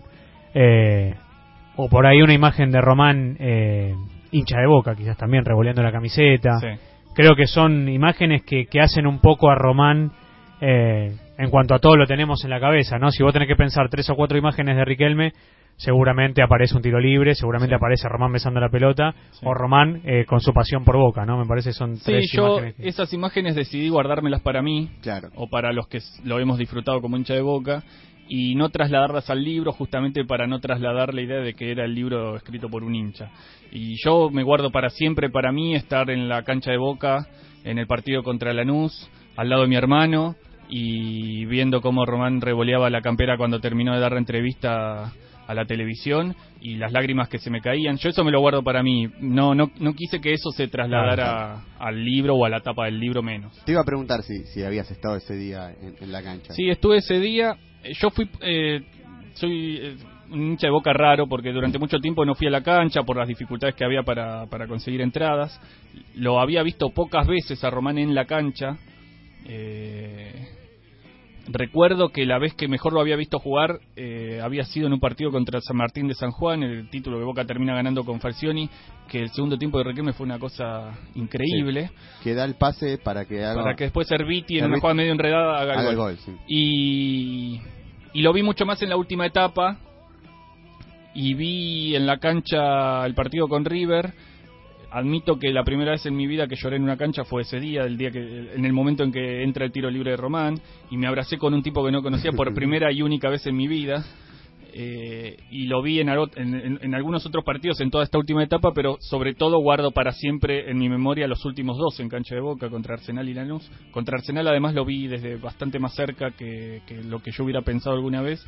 o por ahí una imagen de Román hincha de Boca, quizás también revoleando la camiseta. Creo que son imágenes que hacen un poco a Román en cuanto a todo lo tenemos en la cabeza, ¿no? Si vos tenés que pensar 3 o 4 imágenes de Riquelme, seguramente aparece un tiro libre, seguramente aparece Román besando la pelota, o Román con su pasión por Boca, ¿no? Me parece que son 3 imágenes.
Esas imágenes decidí guardármelas para mí, o para los que lo hemos disfrutado como hincha de Boca, y no trasladarlas al libro, justamente para no trasladar la idea de que era el libro escrito por un hincha. Y yo me guardo para siempre, para mí, estar en la cancha de Boca, en el partido contra Lanús, al lado de mi hermano, y viendo cómo Román revoleaba la campera cuando terminó de dar la entrevista a la televisión, y las lágrimas que se me caían. Yo eso me lo guardo para mí. No quise que eso se trasladara al libro o a la tapa del libro, menos.
Te iba a preguntar si habías estado ese día en la cancha.
Sí, estuve ese día. Yo soy un hincha de Boca raro, porque durante mucho tiempo no fui a la cancha por las dificultades que había para conseguir entradas. Lo había visto pocas veces a Román en la cancha. Recuerdo que la vez que mejor lo había visto jugar había sido en un partido contra San Martín de San Juan, el título que Boca termina ganando con Falcioni, que el segundo tiempo de Riquelme fue una cosa increíble.
Que da el pase para que
después Serviti en una jugada medio enredada haga el gol. Y lo vi mucho más en la última etapa, y vi en la cancha el partido con River. Admito que la primera vez en mi vida que lloré en una cancha fue ese día, en el momento en que entra el tiro libre de Román, y me abracé con un tipo que no conocía por primera y única vez en mi vida, y lo vi en algunos otros partidos en toda esta última etapa, pero sobre todo guardo para siempre en mi memoria los últimos 2 en cancha de Boca, contra Arsenal y Lanús. Contra Arsenal además lo vi desde bastante más cerca que lo que yo hubiera pensado alguna vez,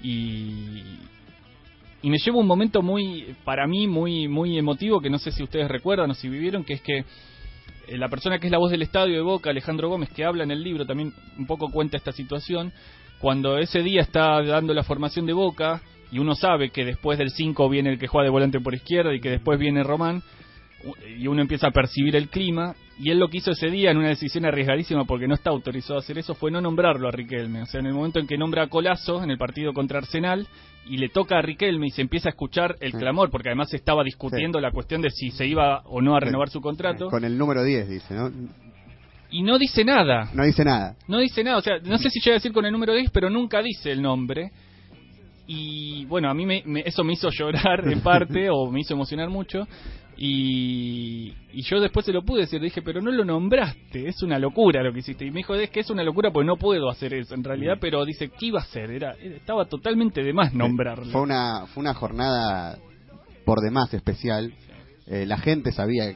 y me llevo un momento para mí muy emotivo, que no sé si ustedes recuerdan o si vivieron, que es que la persona que es la voz del estadio de Boca, Alejandro Gómez, que habla en el libro, también un poco cuenta esta situación. Cuando ese día está dando la formación de Boca, y uno sabe que después del 5 viene el que juega de volante por izquierda, y que después viene Román, y uno empieza a percibir el clima, y él lo que hizo ese día, en una decisión arriesgadísima porque no está autorizado a hacer eso, fue no nombrarlo a Riquelme. O sea, en el momento en que nombra a Collazo en el partido contra Arsenal, y le toca a Riquelme y se empieza a escuchar el clamor, porque además se estaba discutiendo la cuestión de si se iba o no a renovar su contrato.
Con el número 10, dice, ¿no?
Y no dice nada.
No dice nada,
o sea, no sé si llega a decir con el número 10, pero nunca dice el nombre. Y bueno, a mí eso me hizo llorar en parte, o me hizo emocionar mucho. Y yo después se lo pude decir, dije, pero no lo nombraste, es una locura lo que hiciste. Y me dijo, es que es una locura porque no puedo hacer eso en realidad, pero dice, ¿qué iba a hacer? Estaba totalmente de más nombrarlo.
Fue una jornada por demás especial. La gente sabía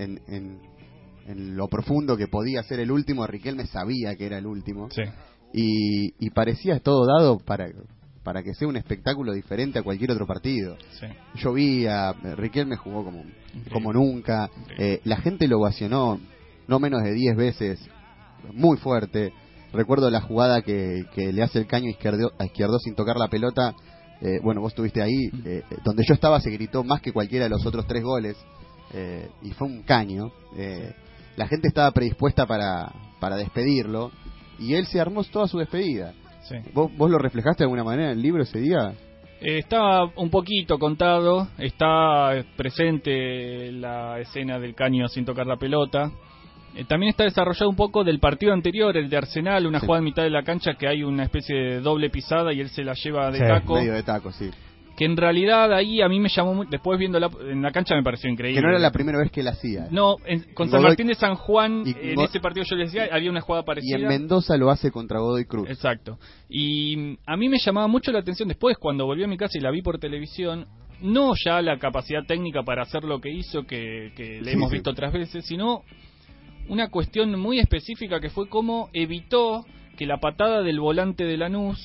en lo profundo que podía ser el último. Riquelme sabía que era el último.
Sí.
Y parecía todo dado para que sea un espectáculo diferente a cualquier otro partido.
Sí.
Yo vi a Riquelme, jugó como nunca. La gente lo ovacionó no menos de 10 veces, muy fuerte. Recuerdo la jugada que le hace el caño a Izquierdo sin tocar la pelota. Bueno, vos estuviste ahí. Donde yo estaba se gritó más que cualquiera de los otros 3 goles. Y fue un caño. La gente estaba predispuesta para despedirlo, y él se armó toda su despedida.
Sí.
¿Vos lo reflejaste de alguna manera en el libro ese día?
Está un poquito contado, está presente la escena del caño sin tocar la pelota. También está desarrollado un poco del partido anterior, el de Arsenal, una jugada en mitad de la cancha que hay una especie de doble pisada y él se la lleva de taco.
Medio de taco, sí.
Que en realidad ahí a mí me llamó después viéndola en la cancha me pareció increíble.
Que no era la primera vez que la hacía.
No, con San Martín de San Juan, en ese partido yo les decía, había una jugada parecida.
Y en Mendoza lo hace contra Godoy Cruz.
Exacto. Y a mí me llamaba mucho la atención después, cuando volví a mi casa y la vi por televisión, no ya la capacidad técnica para hacer lo que hizo, que le hemos visto otras veces, sino una cuestión muy específica que fue cómo evitó que la patada del volante de Lanús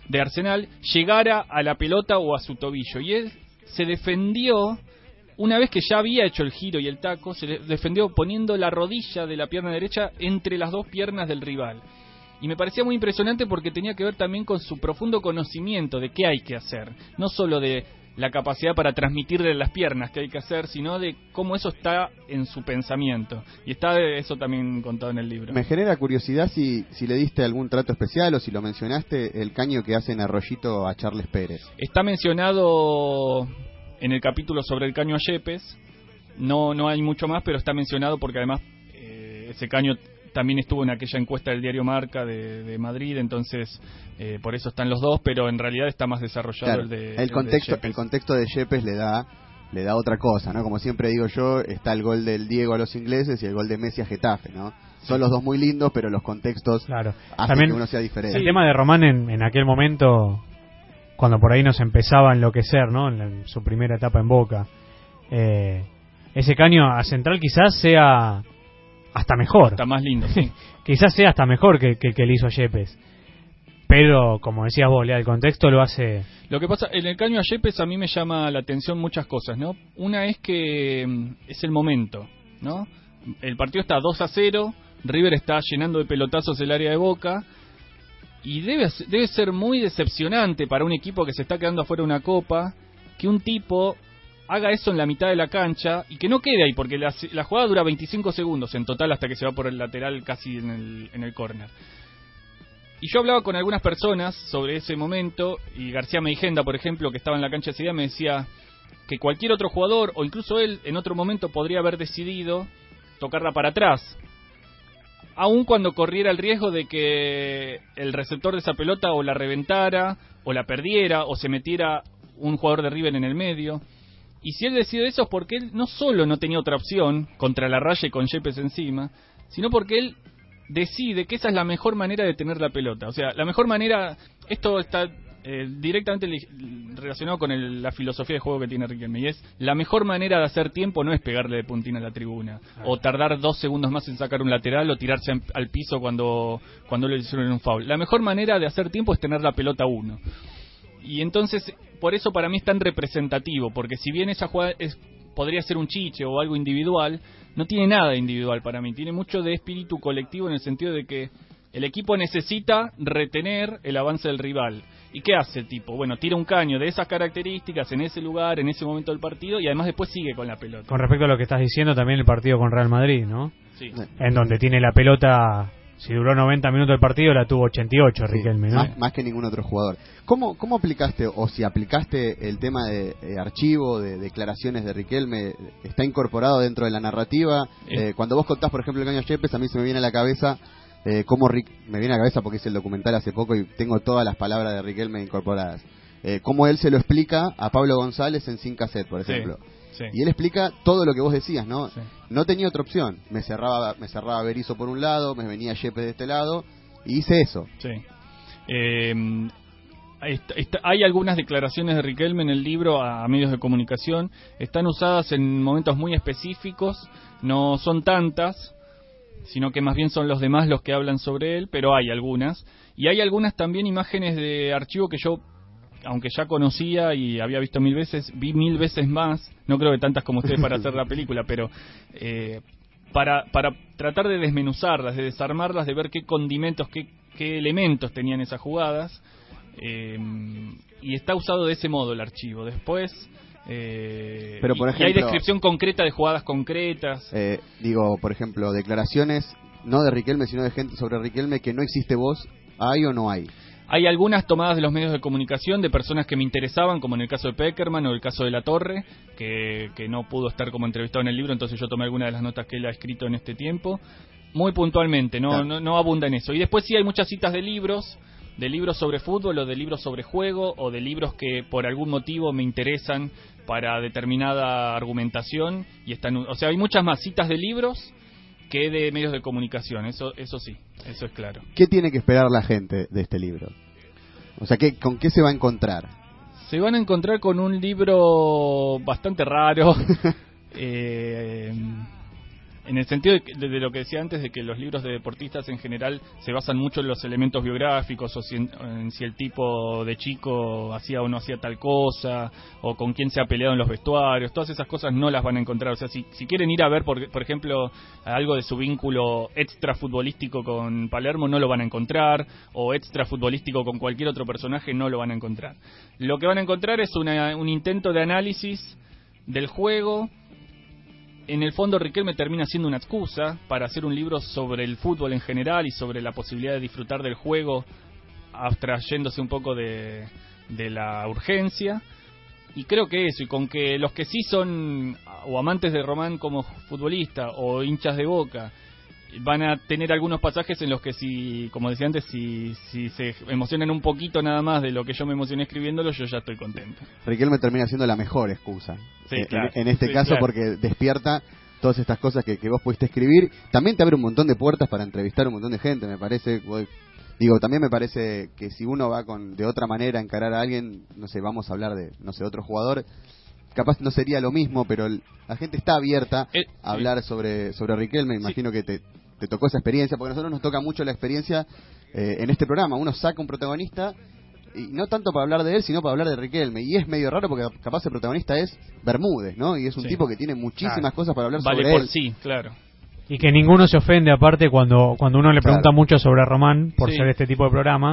de Arsenal llegara a la pelota o a su tobillo. Y él se defendió, una vez que ya había hecho el giro y el taco, se defendió poniendo la rodilla de la pierna derecha entre las dos piernas del rival. Y me parecía muy impresionante porque tenía que ver también con su profundo conocimiento de qué hay que hacer. No solo de la capacidad para transmitirle las piernas que hay que hacer, sino de cómo eso está en su pensamiento. Y está eso también contado en el libro.
Me genera curiosidad si le diste algún trato especial o si lo mencionaste, el caño que hace en Arroyito a Charles Pérez.
Está mencionado en el capítulo sobre el caño a Yepes. No hay mucho más, pero está mencionado porque además ese caño también estuvo en aquella encuesta del diario Marca de Madrid, entonces por eso están los dos, pero en realidad está más desarrollado
claro, el contexto de Yepes le da otra cosa, ¿no? Como siempre digo yo, está el gol del Diego a los ingleses y el gol de Messi a Getafe, ¿no? Son los dos muy lindos, pero los contextos hacen también que uno sea diferente.
El tema de Román en aquel momento, cuando por ahí nos empezaba a enloquecer, ¿no? En su primera etapa en Boca, ese caño a Central quizás sea hasta mejor.
Está más lindo, sí.
Quizás sea hasta mejor que le hizo a Yepes. Pero, como decías vos, Lea, el contexto lo hace...
Lo que pasa, en el caño a Yepes a mí me llama la atención muchas cosas, ¿no? Una es que es el momento, ¿no? El partido está 2-0, River está llenando de pelotazos el área de Boca, y debe ser muy decepcionante para un equipo que se está quedando afuera de una copa, que un tipo haga eso en la mitad de la cancha y que no quede ahí, porque la jugada dura 25 segundos en total hasta que se va por el lateral casi en el córner. Y yo hablaba con algunas personas sobre ese momento, y García Meijenda, por ejemplo, que estaba en la cancha ese día, me decía que cualquier otro jugador, o incluso él, en otro momento podría haber decidido tocarla para atrás, aun cuando corriera el riesgo de que el receptor de esa pelota o la reventara, o la perdiera, o se metiera un jugador de River en el medio. Y si él decide eso es porque él no solo no tenía otra opción contra la raya y con Yepes encima, sino porque él decide que esa es la mejor manera de tener la pelota. O sea, la mejor manera, esto está directamente relacionado con la filosofía de juego que tiene Riquelme, y es la mejor manera de hacer tiempo no es pegarle de puntín a la tribuna, o tardar 2 segundos más en sacar un lateral, o tirarse al piso cuando le hicieron un foul. La mejor manera de hacer tiempo es tener la pelota uno. Y entonces, por eso para mí es tan representativo, porque si bien esa jugada podría ser un chiche o algo individual, no tiene nada de individual para mí, tiene mucho de espíritu colectivo en el sentido de que el equipo necesita retener el avance del rival. ¿Y qué hace el tipo? Bueno, tira un caño de esas características en ese lugar, en ese momento del partido, y además después sigue con la pelota.
Con respecto a lo que estás diciendo, también el partido con Real Madrid, ¿no?
Sí.
En donde tiene la pelota... Si duró 90 minutos el partido, la tuvo 88, sí, Riquelme, ¿no?
Más que ningún otro jugador. ¿Cómo aplicaste, o si aplicaste el tema de archivo, de declaraciones de Riquelme, está incorporado dentro de la narrativa? Cuando vos contás, por ejemplo, el caño Yepes, a mí se me viene a la cabeza, me viene a la cabeza porque hice el documental hace poco y tengo todas las palabras de Riquelme incorporadas. Cómo él se lo explica a Pablo González en Sin Cassette, por ejemplo.
Sí.
Y él explica todo lo que vos decías, ¿no?
Sí.
No tenía otra opción. Me cerraba Berizzo por un lado, me venía Yepes de este lado, y hice eso.
Sí. Hay algunas declaraciones de Riquelme en el libro a medios de comunicación. Están usadas en momentos muy específicos. No son tantas, sino que más bien son los demás los que hablan sobre él, pero hay algunas. Y hay algunas también imágenes de archivo que yo, aunque ya conocía y había visto 1000 veces, vi 1000 veces más, no creo que tantas como ustedes para hacer la película, pero para tratar de desmenuzarlas, de desarmarlas, de ver qué condimentos, qué elementos tenían esas jugadas, y está usado de ese modo el archivo. Después
pero por ejemplo,
y hay descripción concreta de jugadas concretas.
Por ejemplo, declaraciones no de Riquelme, sino de gente sobre Riquelme que no existe voz, ¿hay o no hay?
Hay algunas tomadas de los medios de comunicación de personas que me interesaban, como en el caso de Peckerman o el caso de La Torre, que no pudo estar como entrevistado en el libro, entonces yo tomé algunas de las notas que él ha escrito en este tiempo, muy puntualmente, no abunda en eso. Y después sí hay muchas citas de libros sobre fútbol, o de libros sobre juego, o de libros que por algún motivo me interesan para determinada argumentación, y o sea, hay muchas más citas de libros que de medios de comunicación, eso sí, eso es claro.
¿Qué tiene que esperar la gente de este libro? O sea, ¿con qué se va a encontrar?
Se van a encontrar con un libro bastante raro, en En el sentido de lo que decía antes, de que los libros de deportistas en general se basan mucho en los elementos biográficos, o en si el tipo de chico hacía o no hacía tal cosa, o con quién se ha peleado en los vestuarios. Todas esas cosas no las van a encontrar. O sea, si quieren ir a ver, por ejemplo, algo de su vínculo extra futbolístico con Palermo, no lo van a encontrar, o extra futbolístico con cualquier otro personaje, no lo van a encontrar. Lo que van a encontrar es un intento de análisis del juego. En el fondo, Riquelme termina siendo una excusa para hacer un libro sobre el fútbol en general y sobre la posibilidad de disfrutar del juego, abstrayéndose un poco de la urgencia. Y creo que eso, y con que los que sí son o amantes de Román como futbolista o hinchas de Boca, van a tener algunos pasajes en los que, si, como decía antes, si se emocionan un poquito nada más de lo que yo me emocioné escribiéndolo, yo ya estoy contento.
Riquelme termina siendo la mejor excusa,
sí, claro,
en este caso, claro, porque despierta todas estas cosas que vos pudiste escribir. También te abre un montón de puertas para entrevistar a un montón de gente, me parece. También me parece que si uno va de otra manera a encarar a alguien, no sé, vamos a hablar de, no sé, otro jugador, capaz no sería lo mismo, pero la gente está abierta a hablar sobre Riquelme. Me imagino que te tocó esa experiencia, porque a nosotros nos toca mucho la experiencia en este programa. Uno saca un protagonista, y no tanto para hablar de él, sino para hablar de Riquelme. Y es medio raro porque capaz el protagonista es Bermúdez, ¿no? Y es un tipo que tiene muchísimas cosas para hablar sobre él.
Vale por sí, claro.
Y que ninguno se ofende, aparte, cuando uno le pregunta mucho sobre Román, por ser este tipo de programa.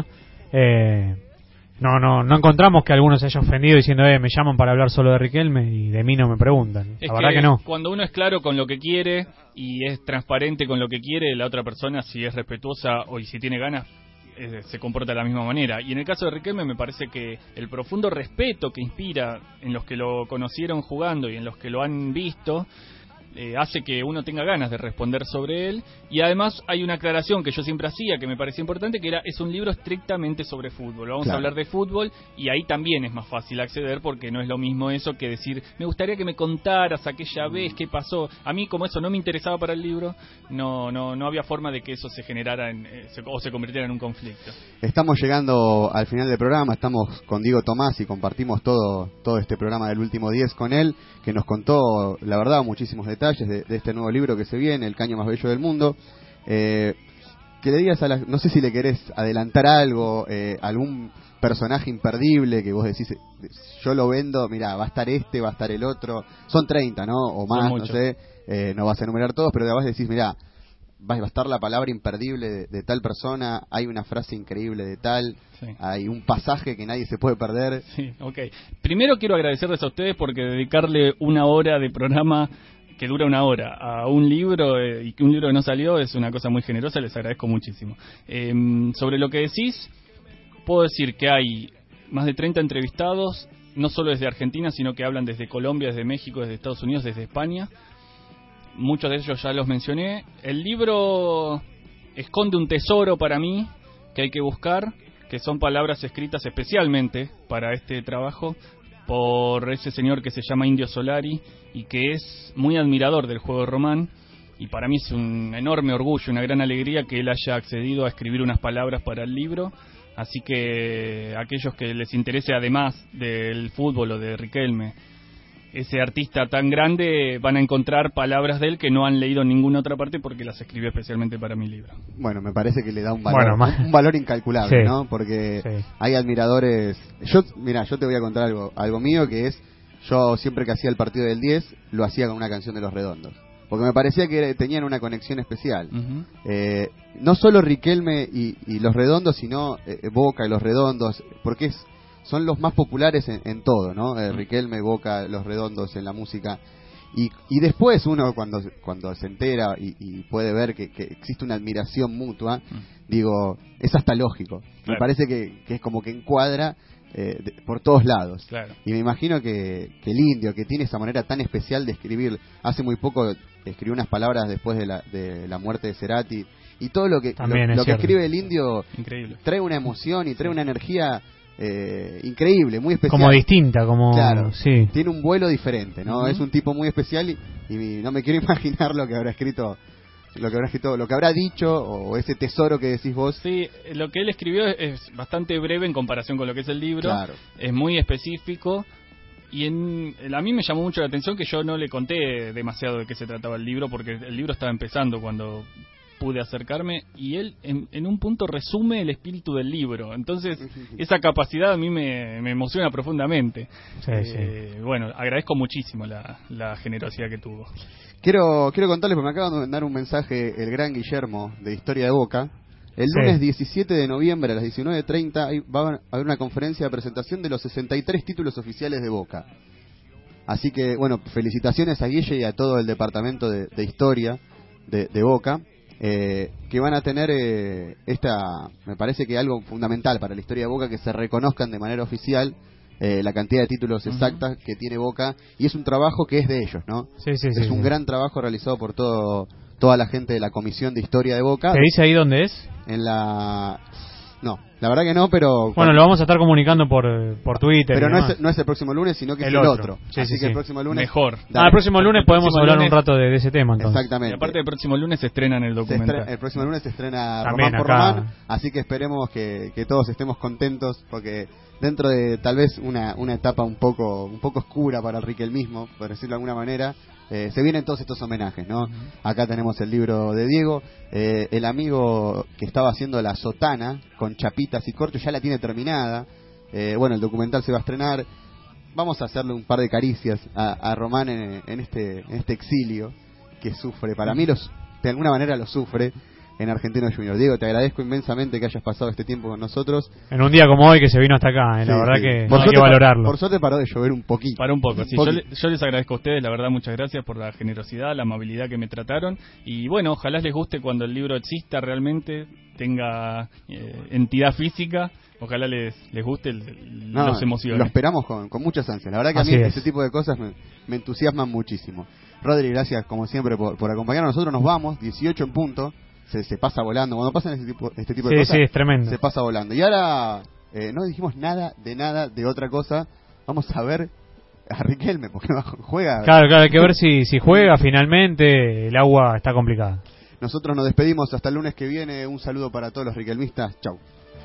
No encontramos que alguno se haya ofendido diciendo me llaman para hablar solo de Riquelme y de mí no me preguntan. La verdad que no.
Cuando uno es claro con lo que quiere y es transparente con lo que quiere, la otra persona, si es respetuosa o si tiene ganas, se comporta de la misma manera. Y en el caso de Riquelme, me parece que el profundo respeto que inspira en los que lo conocieron jugando y en los que lo han visto, hace que uno tenga ganas de responder sobre él. Y además hay una aclaración que yo siempre hacía, que me parecía importante, que es un libro estrictamente sobre fútbol. Vamos a hablar de fútbol, y ahí también es más fácil acceder, porque no es lo mismo eso que decir, me gustaría que me contaras aquella vez qué pasó. A mí, como eso no me interesaba para el libro, no había forma de que eso se generara o se convirtiera en un conflicto.
Estamos llegando al final del programa, estamos con Diego Tomás y compartimos todo este programa del último 10 con él, que nos contó, la verdad, muchísimos detalles de este nuevo libro que se viene, El Caño Más Bello del Mundo. Que le digas no sé si le querés adelantar algo, algún personaje imperdible que vos decís, yo lo vendo, mirá, va a estar va a estar el otro. Son 30, ¿no? O más, no sé, no vas a enumerar todos, pero además decís, mirá, va a estar la palabra imperdible de tal persona, hay una frase increíble de tal, hay un pasaje que nadie se puede perder.
Sí, ok. Primero quiero agradecerles a ustedes, porque dedicarle una hora de programa que dura una hora a un libro y que un libro que no salió es una cosa muy generosa, les agradezco muchísimo. Sobre lo que decís, puedo decir que hay más de 30 entrevistados, no solo desde Argentina, sino que hablan desde Colombia, desde México, desde Estados Unidos, desde España. Muchos de ellos ya los mencioné. El libro esconde un tesoro para mí que hay que buscar, que son palabras escritas especialmente para este trabajo por ese señor que se llama Indio Solari y que es muy admirador del juego de Román, y para mí es un enorme orgullo, una gran alegría que él haya accedido a escribir unas palabras para el libro. Así que aquellos que les interese, además del fútbol o de Riquelme, ese artista tan grande, van a encontrar palabras de él que no han leído en ninguna otra parte, porque las escribió especialmente para mi libro.
Bueno, me parece que le da un valor incalculable, ¿no? Porque hay admiradores. Yo te voy a contar algo mío, que es, yo siempre que hacía el partido del 10, lo hacía con una canción de Los Redondos, porque me parecía que tenían una conexión especial. No solo Riquelme y Los Redondos, sino Boca y Los Redondos, porque son los más populares en todo, ¿no? Riquelme, Boca, Los Redondos en la música. Y después uno cuando se entera y puede ver que existe una admiración mutua, digo, es hasta lógico. Claro. Me parece que es como que encuadra por todos lados. Claro. Y me imagino que el Indio, que tiene esa manera tan especial de escribir, hace muy poco escribió unas palabras después de la muerte de Cerati, y todo lo que escribe el Indio increíble, trae una emoción y trae una energía increíble, muy especial,
como distinta,
claro, tiene un vuelo diferente, ¿no? Es un tipo muy especial y no me quiero imaginar lo que habrá escrito, lo que habrá dicho, o ese tesoro que decís vos.
Sí, lo que él escribió es bastante breve en comparación con lo que es el libro.
Claro.
Es muy específico, Y a mí me llamó mucho la atención que yo no le conté demasiado de qué se trataba el libro, porque el libro estaba empezando cuando pude acercarme, y él en un punto resume el espíritu del libro. Entonces, esa capacidad a mí me emociona profundamente.
Sí.
Bueno, agradezco muchísimo la generosidad que tuvo.
Quiero contarles, porque me acaban de mandar un mensaje el gran Guillermo de Historia de Boca. El lunes 17 de noviembre a las 19:30 va a haber una conferencia de presentación de los 63 títulos oficiales de Boca. Así que, bueno, felicitaciones a Guille y a todo el departamento de Historia de Boca, que van a tener me parece que algo fundamental para la historia de Boca, que se reconozcan de manera oficial la cantidad de títulos exactas que tiene Boca, y es un trabajo que es de ellos, ¿no? Es un gran trabajo realizado por toda la gente de la Comisión de Historia de Boca.
¿Te dice ahí dónde es?
No, la verdad que no, pero...
Bueno, lo vamos a estar comunicando por Twitter.
Pero no es el próximo lunes, sino que es el otro. Así que el próximo lunes...
Mejor.
El próximo lunes podemos hablar un rato de ese tema, entonces.
Exactamente.
Y aparte, el próximo lunes se estrena en el documental.
El próximo lunes se estrena
también
Román por
acá.
Román, así que esperemos que todos estemos contentos, porque dentro de tal vez una etapa un poco oscura para el riquelmismo, por decirlo de alguna manera, se vienen todos estos homenajes, ¿no? Acá tenemos el libro de Diego, el amigo que estaba haciendo la sotana con chapitas y corchos ya la tiene terminada. Bueno, el documental se va a estrenar. Vamos a hacerle un par de caricias a Román en este exilio que sufre. Para mí de alguna manera lo sufre en Argentino Junior. Diego, te agradezco inmensamente que hayas pasado este tiempo con nosotros.
En un día como hoy que se vino hasta acá, la verdad que hay que valorarlo.
Por suerte paró de llover un poquito.
Paró un poco, sí. Yo les agradezco a ustedes, la verdad, muchas gracias por la generosidad, la amabilidad que me trataron. Y bueno, ojalá les guste cuando el libro exista realmente, tenga entidad física. Ojalá les guste, los emocione.
Lo esperamos con muchas ansias. La verdad que a mí ese tipo de cosas me entusiasman muchísimo. Rodri, gracias como siempre por acompañarnos. Nosotros nos vamos, 18 en punto. Se pasa volando. Cuando pasan este tipo de cosas,
sí, es tremendo.
Se pasa volando. Y ahora no dijimos nada de otra cosa. Vamos a ver a Riquelme, porque juega.
Claro, hay que ver si juega finalmente. El agua está complicada.
Nosotros nos despedimos hasta el lunes que viene. Un saludo para todos los riquelmistas. Chau.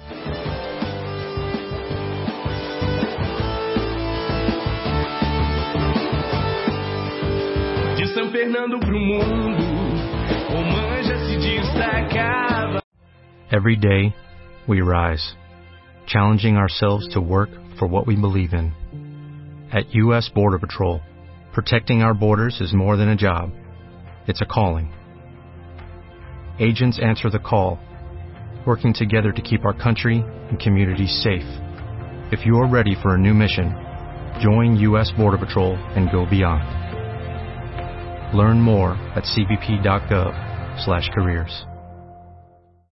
De São Fernando pro mundo, Román já se destacava.
Every day, we rise, challenging ourselves to work for what we believe in. At U.S. Border Patrol, protecting our borders is more than a job. It's a calling. Agents answer the call, working together to keep our country and communities safe. If you are ready for a new mission, join U.S. Border Patrol and go beyond. Learn more at cbp.gov/careers.